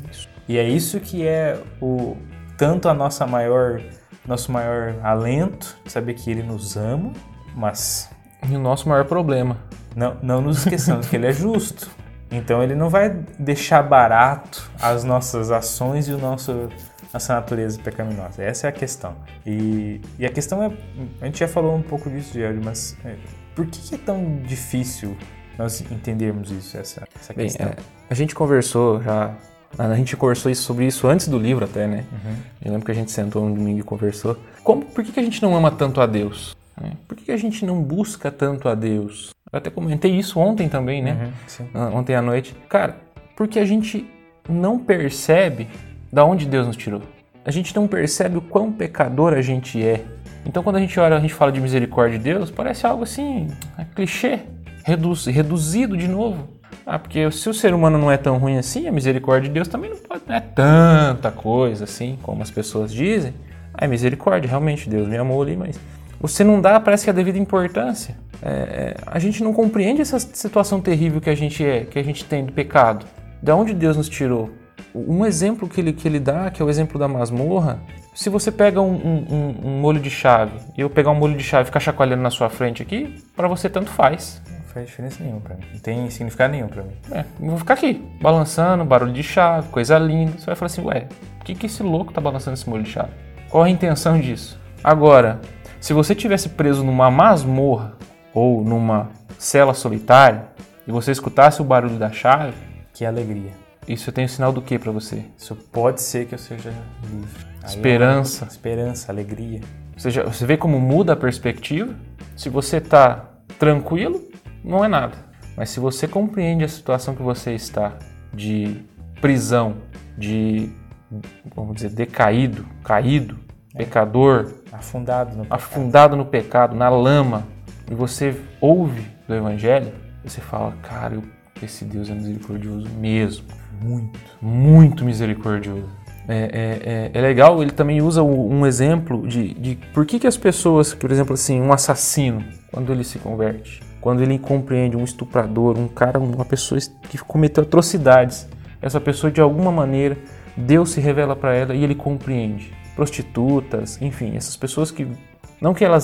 E é isso que é o, tanto a nossa maior, nosso maior alento, saber que Ele nos ama, mas... E o nosso maior problema. Não, não nos esqueçamos que Ele é justo. Então Ele não vai deixar barato as nossas ações e o nosso, nossa natureza pecaminosa. Essa é a questão. E, e a questão é... A gente já falou um pouco disso, Diário, mas é, por que é tão difícil nós entendermos isso, essa, essa Bem, questão? É, a gente conversou já... A gente conversou isso, sobre isso antes do livro até, né? Uhum. Eu lembro que a gente sentou um domingo e conversou. Como, por que, que a gente não ama tanto a Deus? Por que, que a gente não busca tanto a Deus? Eu até comentei isso ontem também, né? Uhum, sim. Ontem à noite. Cara, porque a gente não percebe da onde Deus nos tirou. A gente não percebe o quão pecador a gente é. Então quando a gente olha, a gente fala de misericórdia de Deus, parece algo assim, é clichê, reduz, reduzido de novo. Ah, porque se o ser humano não é tão ruim assim, a misericórdia de Deus também não, pode, não é tanta coisa assim, como as pessoas dizem. Ah, é misericórdia, realmente, Deus me amou ali, mas você não dá, parece que a devida importância. É, a gente não compreende essa situação terrível que a gente é, que a gente tem do pecado. De onde Deus nos tirou? Um exemplo que ele, que ele dá, que é o exemplo da masmorra, se você pega um, um, um molho de chave, e eu pegar um molho de chave e ficar chacoalhando na sua frente aqui, para você tanto faz. Não faz diferença nenhuma pra mim. Não tem significado nenhum pra mim. É, eu vou ficar aqui, balançando, barulho de chave, coisa linda. Você vai falar assim, ué, por que, que esse louco tá balançando esse molho de chave? Qual a intenção disso? Agora, se você tivesse preso numa masmorra ou numa cela solitária e você escutasse o barulho da chave, que alegria. Isso tem um sinal do que para você? Isso pode ser que eu seja livre. Aí esperança. É esperança, alegria. Ou seja, você vê como muda a perspectiva? Se você está tranquilo, não é nada. Mas se você compreende a situação que você está de prisão, de, vamos dizer, decaído, caído, é. pecador, afundado no pecado. afundado no pecado, na lama, e você ouve do Evangelho, você fala, cara, eu, esse Deus é misericordioso mesmo. Muito. Muito misericordioso. É, é, é, é legal, ele também usa um exemplo de, de por que, que as pessoas, por exemplo, assim, um assassino, quando ele se converte, quando ele compreende um estuprador, um cara, uma pessoa que cometeu atrocidades, essa pessoa de alguma maneira, Deus se revela para ela e ele compreende. Prostitutas, enfim, essas pessoas que, não que elas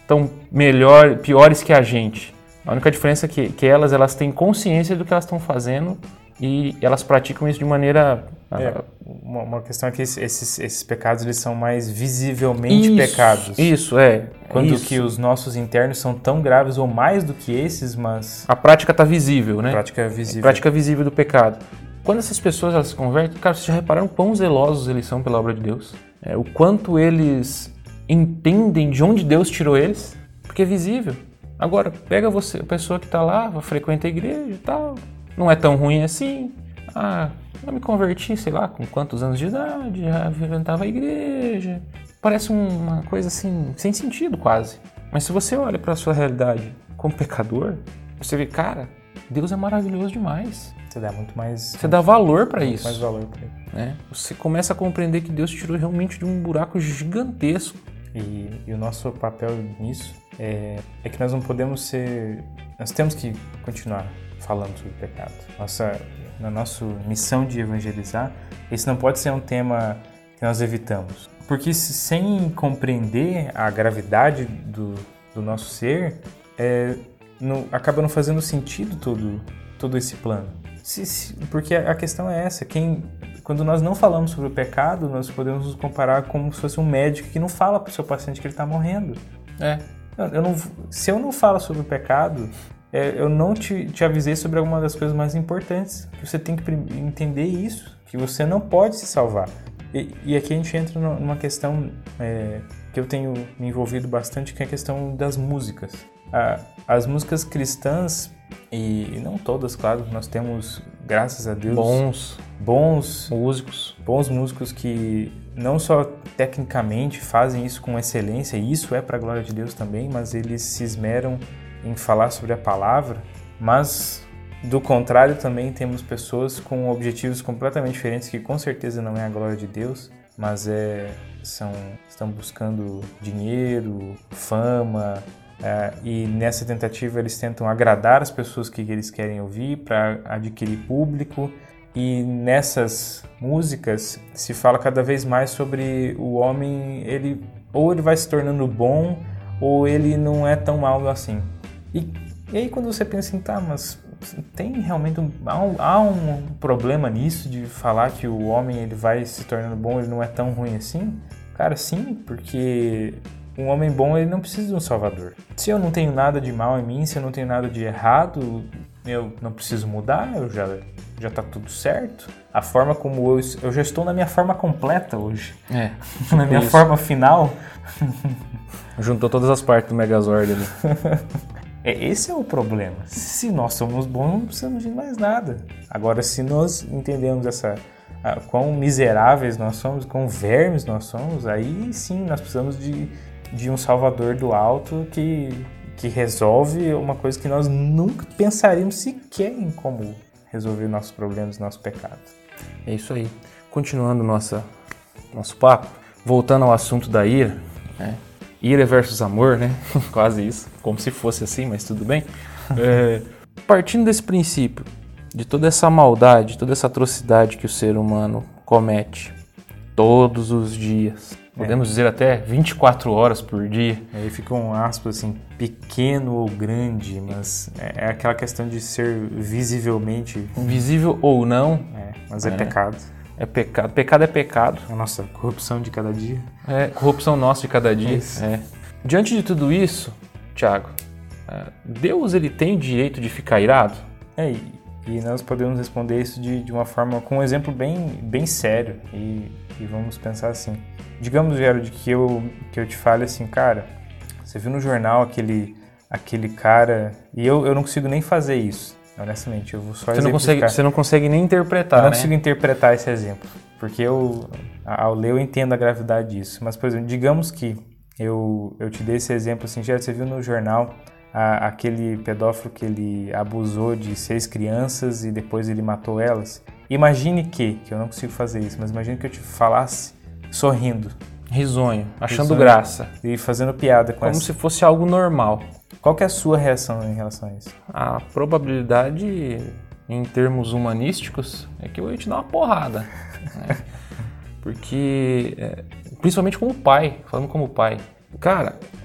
estão melhor, piores que a gente. A única diferença é que, que elas, elas têm consciência do que elas estão fazendo e elas praticam isso de maneira... É, uma, uma questão é que esses, esses pecados eles são mais visivelmente isso, pecados. Isso, é. Quando isso. que os nossos internos são tão graves ou mais do que esses, mas... A prática está visível, né? A prática é visível. A prática visível do pecado. Quando essas pessoas elas se convertem, cara, vocês já repararam quão zelosos eles são pela obra de Deus? É, o quanto eles entendem de onde Deus tirou eles? Porque é visível. Agora, pega você, a pessoa que está lá, frequenta a igreja e tal, não é tão ruim assim. Ah, eu me converti, sei lá, com quantos anos de idade, já frequentava a igreja. Parece uma coisa assim, sem sentido quase. Mas se você olha para a sua realidade como pecador, você vê, cara, Deus é maravilhoso demais. Você dá muito mais... Você dá valor para isso. mais valor para isso. Né? Você começa a compreender que Deus tirou realmente de um buraco gigantesco. E, e o nosso papel nisso é, é que nós não podemos ser... Nós temos que continuar falando sobre o pecado. Nossa, na nossa missão de evangelizar, esse não pode ser um tema que nós evitamos. Porque se, sem compreender a gravidade do, do nosso ser, é, não, acaba não fazendo sentido todo, todo esse plano. Se, se, porque a questão é essa, quem, quando nós não falamos sobre o pecado, nós podemos nos comparar como se fosse um médico que não fala para o seu paciente que ele está morrendo. É. Eu, eu não, se eu não falo sobre o pecado, é, eu não te, te avisei sobre alguma das coisas mais importantes, que você tem que entender isso, que você não pode se salvar. E, e aqui a gente entra numa questão é, que eu tenho me envolvido bastante, que é a questão das músicas. A, as músicas cristãs, e não todas, claro, nós temos, graças a Deus, bons, bons músicos, bons músicos que não só tecnicamente fazem isso com excelência, e isso é para a glória de Deus também, mas eles se esmeram em falar sobre a palavra, mas do contrário também temos pessoas com objetivos completamente diferentes, que com certeza não é a glória de Deus, mas é, são, estão buscando dinheiro, fama, Uh, e nessa tentativa eles tentam agradar as pessoas que eles querem ouvir para adquirir público, e nessas músicas se fala cada vez mais sobre o homem, ele ou ele vai se tornando bom ou ele não é tão mal assim. E, e aí quando você pensa assim, tá, mas tem realmente um, há, um, há um problema nisso de falar que o homem ele vai se tornando bom, ele não é tão ruim assim? Cara, sim, porque um homem bom, ele não precisa de um salvador. Se eu não tenho nada de mal em mim, se eu não tenho nada de errado, eu não preciso mudar, eu já, já tá tudo certo. A forma como eu... Eu já estou na minha forma completa hoje. É. Na minha isso. forma final. Juntou todas as partes do Megazord ali. É, esse é o problema. Se nós somos bons, não precisamos de mais nada. Agora, se nós entendemos essa... Ah, quão miseráveis nós somos, quão vermes nós somos, aí sim nós precisamos de... de um salvador do alto que, que resolve uma coisa que nós nunca pensaríamos sequer em como resolver nossos problemas, nossos pecados. É isso aí. Continuando nossa, nosso papo, voltando ao assunto da ira, né? Ira versus amor, né? Quase isso, como se fosse assim, mas tudo bem. É, partindo desse princípio, de toda essa maldade, toda essa atrocidade que o ser humano comete todos os dias, podemos é. dizer até vinte e quatro horas por dia. Aí fica um aspas assim, pequeno ou grande, mas é aquela questão de ser visivelmente... Visível ou não. É, mas é, é pecado. É pecado. Pecado é pecado. A nossa corrupção de cada dia. É, corrupção nossa de cada dia. É. Diante de tudo isso, Thiago, Deus ele tem direito de ficar irado? É, e, e nós podemos responder isso de, de uma forma, com um exemplo bem, bem sério. E, e vamos pensar assim. Digamos, Gerald, que eu, que eu te fale assim, cara, você viu no jornal aquele, aquele cara... E eu, eu não consigo nem fazer isso, honestamente. Eu vou só você não consegue Você não consegue nem interpretar, Eu não né? consigo interpretar esse exemplo. Porque eu, ao ler, eu entendo a gravidade disso. Mas, por exemplo, digamos que eu, eu te dei esse exemplo assim, Gerald, você viu no jornal a, aquele pedófilo que ele abusou de seis crianças e depois ele matou elas? Imagine que, que eu não consigo fazer isso, mas imagine que eu te falasse sorrindo. Risonho, achando Risonho, graça. E fazendo piada com Como essa. se fosse algo normal. Qual que é a sua reação em relação a isso? A probabilidade, em termos humanísticos, é que eu ia te dar uma porrada. Né? Porque, é, principalmente como pai, falando como pai. Cara,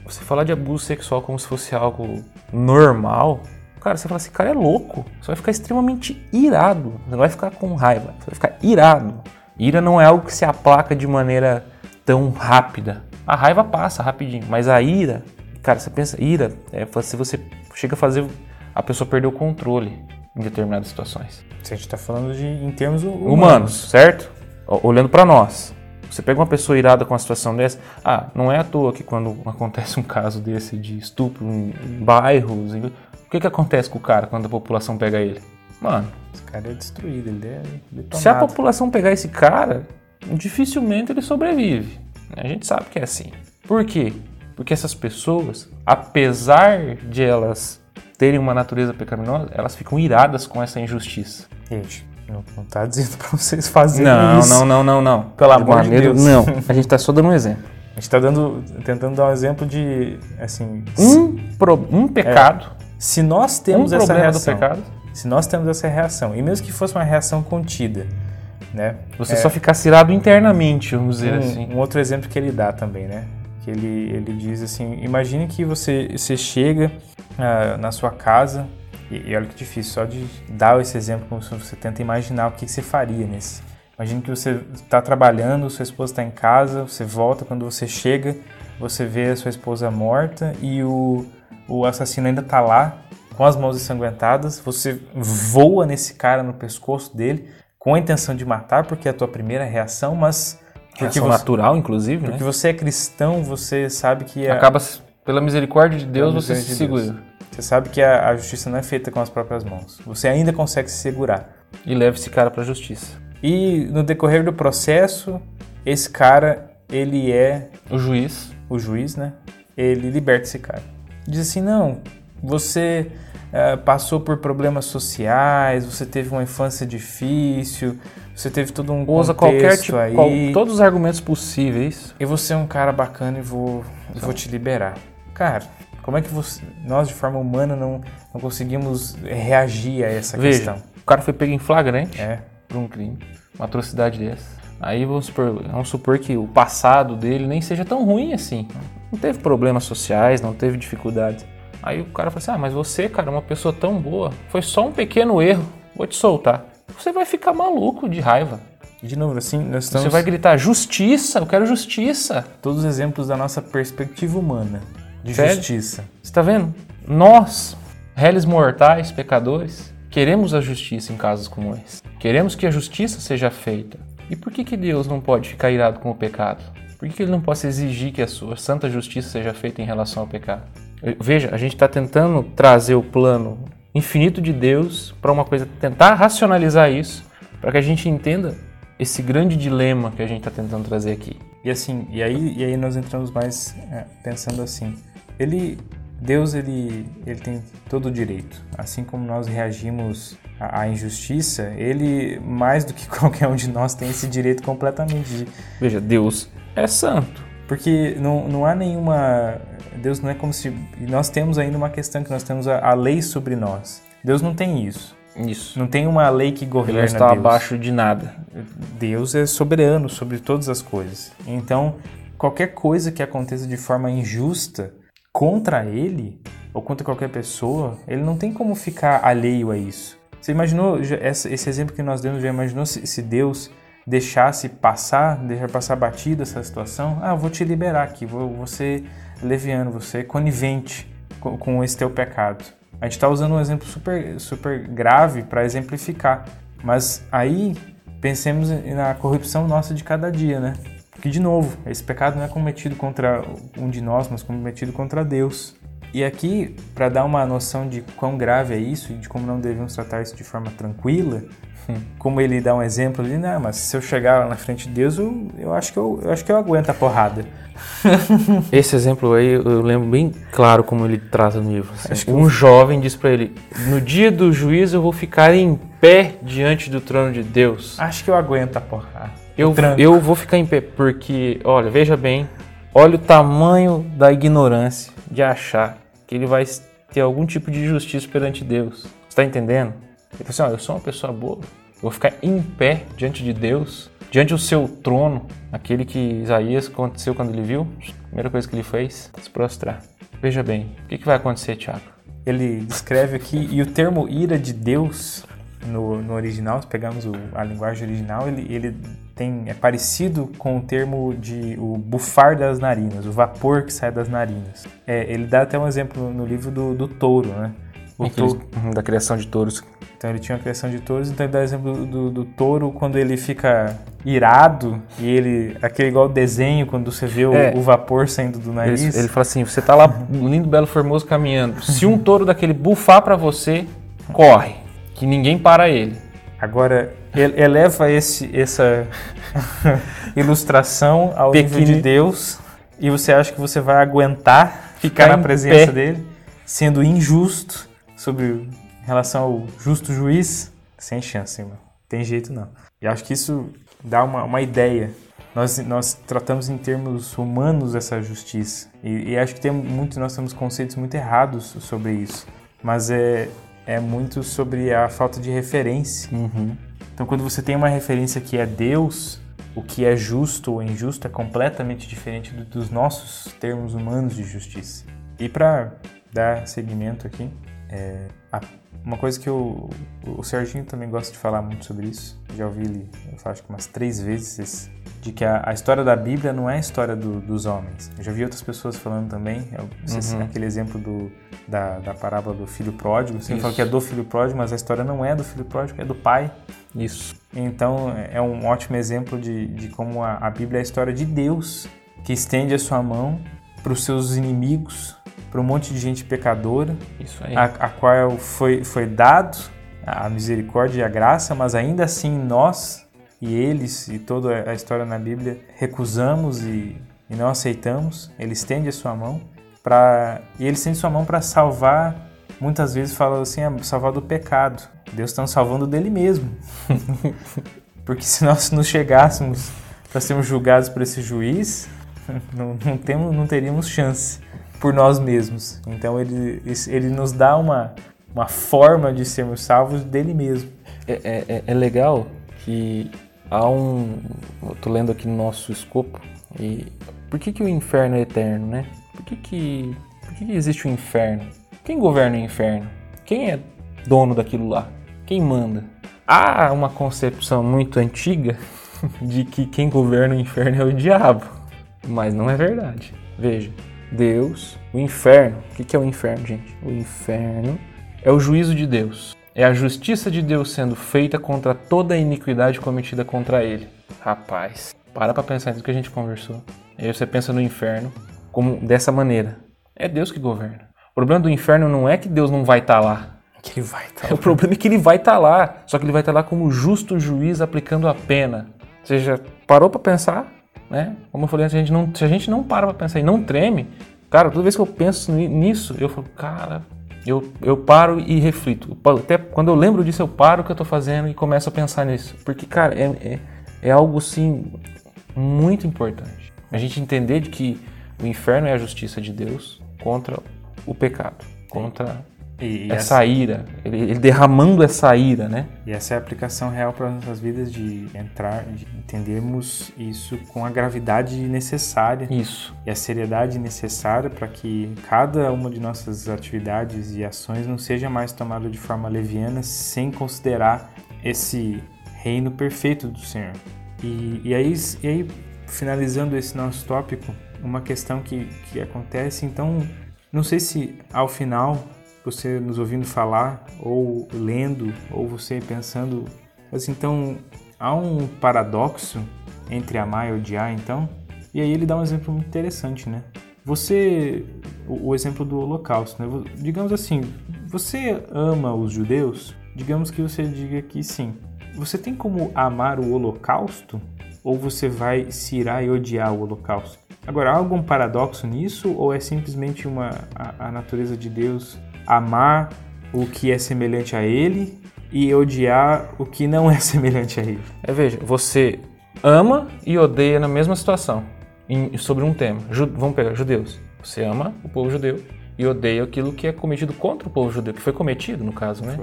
você falar de abuso sexual como se fosse algo normal, cara, você fala assim, cara é louco. Você vai ficar extremamente irado. Você não vai ficar com raiva, você vai ficar irado. Ira não é algo que se aplaca de maneira tão rápida. A raiva passa rapidinho, mas a ira, cara, você pensa, ira é se você chega a fazer a pessoa perder o controle em determinadas situações. A gente está falando de em termos humanos, humanos certo? Olhando para nós. Você pega uma pessoa irada com uma situação dessa, ah, não é à toa que quando acontece um caso desse de estupro em bairros, o que que acontece com o cara quando a população pega ele? Mano, esse cara é destruído, ele é detonado. Se a população pegar esse cara, dificilmente ele sobrevive. A gente sabe que é assim. Por quê? Porque essas pessoas, apesar de elas terem uma natureza pecaminosa, elas ficam iradas com essa injustiça. Gente, não, não tá dizendo pra vocês fazerem não, isso. Não, não, não, não, não. Pelo amor maneira, de Deus. Não, a gente tá só dando um exemplo. A gente tá dando, tentando dar um exemplo de, assim... Um, pro, um pecado. É, se nós temos um essa problema reação, do pecado. Se nós temos essa reação, e mesmo que fosse uma reação contida, né? Você é, só ficasse irado internamente, vamos dizer um, assim. Um outro exemplo que ele dá também, né? Que ele, ele diz assim, imagine que você, você chega uh, na sua casa, e, e olha que difícil, só de dar esse exemplo, como se você tenta imaginar o que, que você faria nesse. Imagine que você está trabalhando, sua esposa está em casa, você volta, quando você chega, você vê a sua esposa morta e o, o assassino ainda está lá, com as mãos ensanguentadas, você voa nesse cara no pescoço dele, com a intenção de matar, porque é a tua primeira reação, mas... Reação você, natural, inclusive, porque né? você é cristão, você sabe que... A, Acaba, pela misericórdia de Deus, você se de segura. Deus. Você sabe que a, a justiça não é feita com as próprias mãos. Você ainda consegue se segurar. E leva esse cara para a justiça. E no decorrer do processo, esse cara, ele é... O juiz. O juiz, né? Ele liberta esse cara. Diz assim, não, você... Uh, passou por problemas sociais, você teve uma infância difícil, você teve todo um Usa contexto qualquer tipo, aí. Qual, todos os argumentos possíveis. E você é um cara bacana e vou, então. vou te liberar. Cara, como é que você, nós de forma humana não, não conseguimos reagir a essa Veja, questão? O cara foi pego em flagrante é. por um crime, uma atrocidade dessa. Aí vamos supor, vamos supor que o passado dele nem seja tão ruim assim. Não teve problemas sociais, não teve dificuldades. Aí o cara fala assim, ah, mas você, cara, é uma pessoa tão boa, foi só um pequeno erro, vou te soltar. Você vai ficar maluco de raiva. De novo, assim, nós estamos... Você vai gritar, justiça, eu quero justiça. Todos os exemplos da nossa perspectiva humana de Sério? Justiça. Você tá vendo? Nós, réis mortais, pecadores, queremos a justiça em casos como esse. Queremos que a justiça seja feita. E por que que Deus não pode ficar irado com o pecado? Por que que Ele não pode exigir que a sua santa justiça seja feita em relação ao pecado? Veja, a gente está tentando trazer o plano infinito de Deus para uma coisa, tentar racionalizar isso, para que a gente entenda esse grande dilema que a gente está tentando trazer aqui. E assim, e aí, e aí nós entramos mais é, pensando assim, ele, Deus ele, ele tem todo o direito, assim como nós reagimos à, à injustiça, ele mais do que qualquer um de nós tem esse direito completamente de... Veja, Deus é santo. Porque não, não há nenhuma... Deus não é como se... Nós temos ainda uma questão que nós temos a, a lei sobre nós. Deus não tem isso. Isso. Não tem uma lei que governa Deus. Ele está Deus. abaixo de nada. Deus é soberano sobre todas as coisas. Então, qualquer coisa que aconteça de forma injusta contra ele, ou contra qualquer pessoa, ele não tem como ficar alheio a isso. Você imaginou, esse exemplo que nós demos, já imaginou se, se Deus... deixasse passar, deixar passar batida essa situação, ah, eu vou te liberar aqui, vou, vou ser leviano, vou ser conivente com, com esse teu pecado. A gente está usando um exemplo super, super grave para exemplificar, mas aí pensemos na corrupção nossa de cada dia, né? Porque, de novo, esse pecado não é cometido contra um de nós, mas cometido contra Deus. E aqui, para dar uma noção de quão grave é isso e de como não devemos tratar isso de forma tranquila, como ele dá um exemplo ali, não, mas se eu chegar lá na frente de Deus, eu, eu, acho, que eu, eu acho que eu aguento a porrada. Esse exemplo aí, eu lembro bem claro como ele trata no livro. Assim, acho que um eu... jovem diz pra ele, no dia do juízo eu vou ficar em pé diante do trono de Deus. Acho que eu aguento a porrada. Eu, eu vou ficar em pé, porque, olha, veja bem, olha o tamanho da ignorância de achar que ele vai ter algum tipo de justiça perante Deus. Você tá entendendo? Ele fala assim, ó, eu sou uma pessoa boa, Eu vou ficar em pé diante de Deus, diante do seu trono, aquele que Isaías aconteceu quando ele viu. A primeira coisa que ele fez, se prostrar. Veja bem, o que, que vai acontecer, Tiago? Ele descreve aqui, e o termo ira de Deus, no, no original, se pegarmos o, a linguagem original, ele, ele tem, é parecido com o termo de o bufar das narinas, o vapor que sai das narinas. É, ele dá até um exemplo no livro do, do touro, né? O touro, da criação de touros. Então ele tinha uma criação de touros, então ele dá o exemplo do, do, do touro quando ele fica irado e ele, aquele igual desenho, quando você vê o, é, o vapor saindo do nariz. Ele, ele fala assim, você tá lá lindo, belo, formoso, caminhando. Se um touro daquele bufar pra você, corre, que ninguém para ele. Agora, ele eleva esse, essa ilustração ao Pequeno. nível de Deus e você acha que você vai aguentar ficar, ficar na presença pé. dele, sendo injusto sobre... Em relação ao justo juiz, sem chance, irmão. Tem jeito não. E acho que isso dá uma, uma ideia. Nós, nós tratamos em termos humanos essa justiça. E, e acho que tem muito, nós temos conceitos muito errados sobre isso. Mas é, é muito sobre a falta de referência. Uhum. Então quando você tem uma referência que é Deus, o que é justo ou injusto é completamente diferente do, dos nossos termos humanos de justiça. E para dar seguimento aqui, é, a Uma coisa que eu, o Serginho também gosta de falar muito sobre isso, já ouvi ele, eu acho que umas três vezes, de que a, a história da Bíblia não é a história do, dos homens. Eu já vi outras pessoas falando também, eu, uhum. aquele exemplo do, da, da parábola do filho pródigo, você fala que é do filho pródigo, mas a história não é do filho pródigo, é do pai. Isso. Então é um ótimo exemplo de, de como a, a Bíblia é a história de Deus, que estende a sua mão para os seus inimigos, para um monte de gente pecadora, Isso aí. A, a qual foi, foi dado a misericórdia e a graça, mas ainda assim nós e eles e toda a história na Bíblia recusamos e, e não aceitamos. Ele estende a sua mão para e ele estende a sua mão para salvar. Muitas vezes fala assim, salvar do pecado. Deus está nos salvando dele mesmo, porque se nós nos chegássemos para sermos julgados por esse juiz, não, não, temos, não teríamos chance por nós mesmos. Então ele, ele nos dá uma, uma forma de sermos salvos dele mesmo. É, é, é legal que há um... Eu tô lendo aqui no nosso escopo. E por que, que o inferno é eterno, né? Por que, que, por que, que existe o inferno? Quem governa o inferno? Quem é dono daquilo lá? Quem manda? Há uma concepção muito antiga de que quem governa o inferno é o diabo. Mas não é verdade. Veja. Deus, o inferno. O que é o inferno, gente? O inferno é o juízo de Deus. É a justiça de Deus sendo feita contra toda a iniquidade cometida contra ele. Rapaz, para pra pensar nisso que a gente conversou. Aí você pensa no inferno como dessa maneira. É Deus que governa. O problema do inferno não é que Deus não vai estar lá. Que ele vai estar lá. O problema é que ele vai estar lá. Só que ele vai estar lá como justo juiz aplicando a pena. Você já parou pra pensar? Né? Como eu falei antes, a gente não, se a gente não para pra pensar e não treme, cara, toda vez que eu penso nisso, eu falo, cara, eu, eu paro e reflito. Até quando eu lembro disso, eu paro o que eu tô fazendo e começo a pensar nisso. Porque, cara, é, é, é algo, assim, muito importante. A gente entender de que o inferno é a justiça de Deus contra o pecado, contra e, e essa, essa ira, ele, ele derramando essa ira, né? E essa é a aplicação real para as nossas vidas, de entrar, de entendermos isso com a gravidade necessária. Isso. E a seriedade necessária para que cada uma de nossas atividades e ações não seja mais tomada de forma leviana, sem considerar esse reino perfeito do Senhor. E, e, aí, e aí, finalizando esse nosso tópico, uma questão que, que acontece, então, não sei se ao final... você nos ouvindo falar, ou lendo, ou você pensando, mas então há um paradoxo entre amar e odiar, então? E aí ele dá um exemplo muito interessante, né? Você, o, o exemplo do Holocausto, né? Digamos assim, você ama os judeus? Digamos que você diga que sim. Você tem como amar o Holocausto? Ou você vai se irar e odiar o Holocausto? Agora, há algum paradoxo nisso, ou é simplesmente uma, a, a natureza de Deus... amar o que é semelhante a ele e odiar o que não é semelhante a ele. É, veja, você ama e odeia na mesma situação, em, sobre um tema. Ju, vamos pegar judeus. Você ama o povo judeu e odeia aquilo que é cometido contra o povo judeu, que foi cometido, no caso, né? Foi.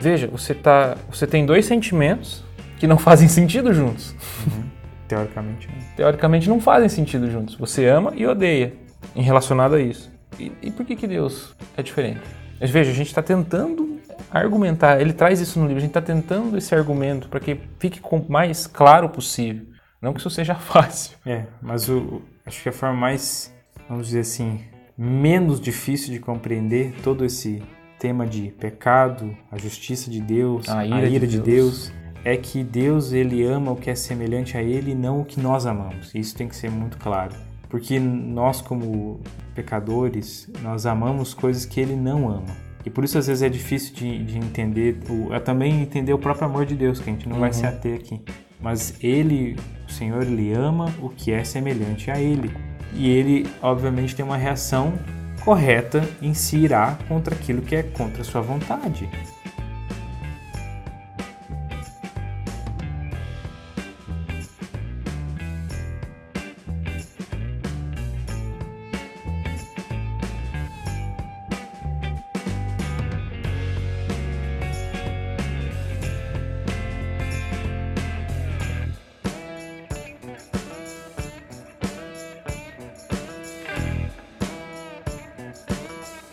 Veja, você, tá, você tem dois sentimentos que não fazem sentido juntos. Uhum. Teoricamente não. Teoricamente não fazem sentido juntos. Você ama e odeia em relacionado a isso. E, e por que que Deus é diferente? Mas veja, a gente está tentando argumentar, ele traz isso no livro, a gente está tentando esse argumento para que fique o mais claro possível. Não que isso seja fácil. É, mas o, acho que a forma mais, vamos dizer assim, menos difícil de compreender todo esse tema de pecado, a justiça de Deus, a ira, a ira de, de Deus. Deus, é que Deus ele ama o que é semelhante a Ele e não o que nós amamos. Isso tem que ser muito claro. Porque nós, como pecadores, nós amamos coisas que Ele não ama. E por isso, às vezes, é difícil de, de entender, o, é também entender o próprio amor de Deus, que a gente não uhum. vai se ater aqui. Mas Ele, o Senhor, Ele ama o que é semelhante a Ele. E Ele, obviamente, tem uma reação correta em se irar contra aquilo que é contra a sua vontade.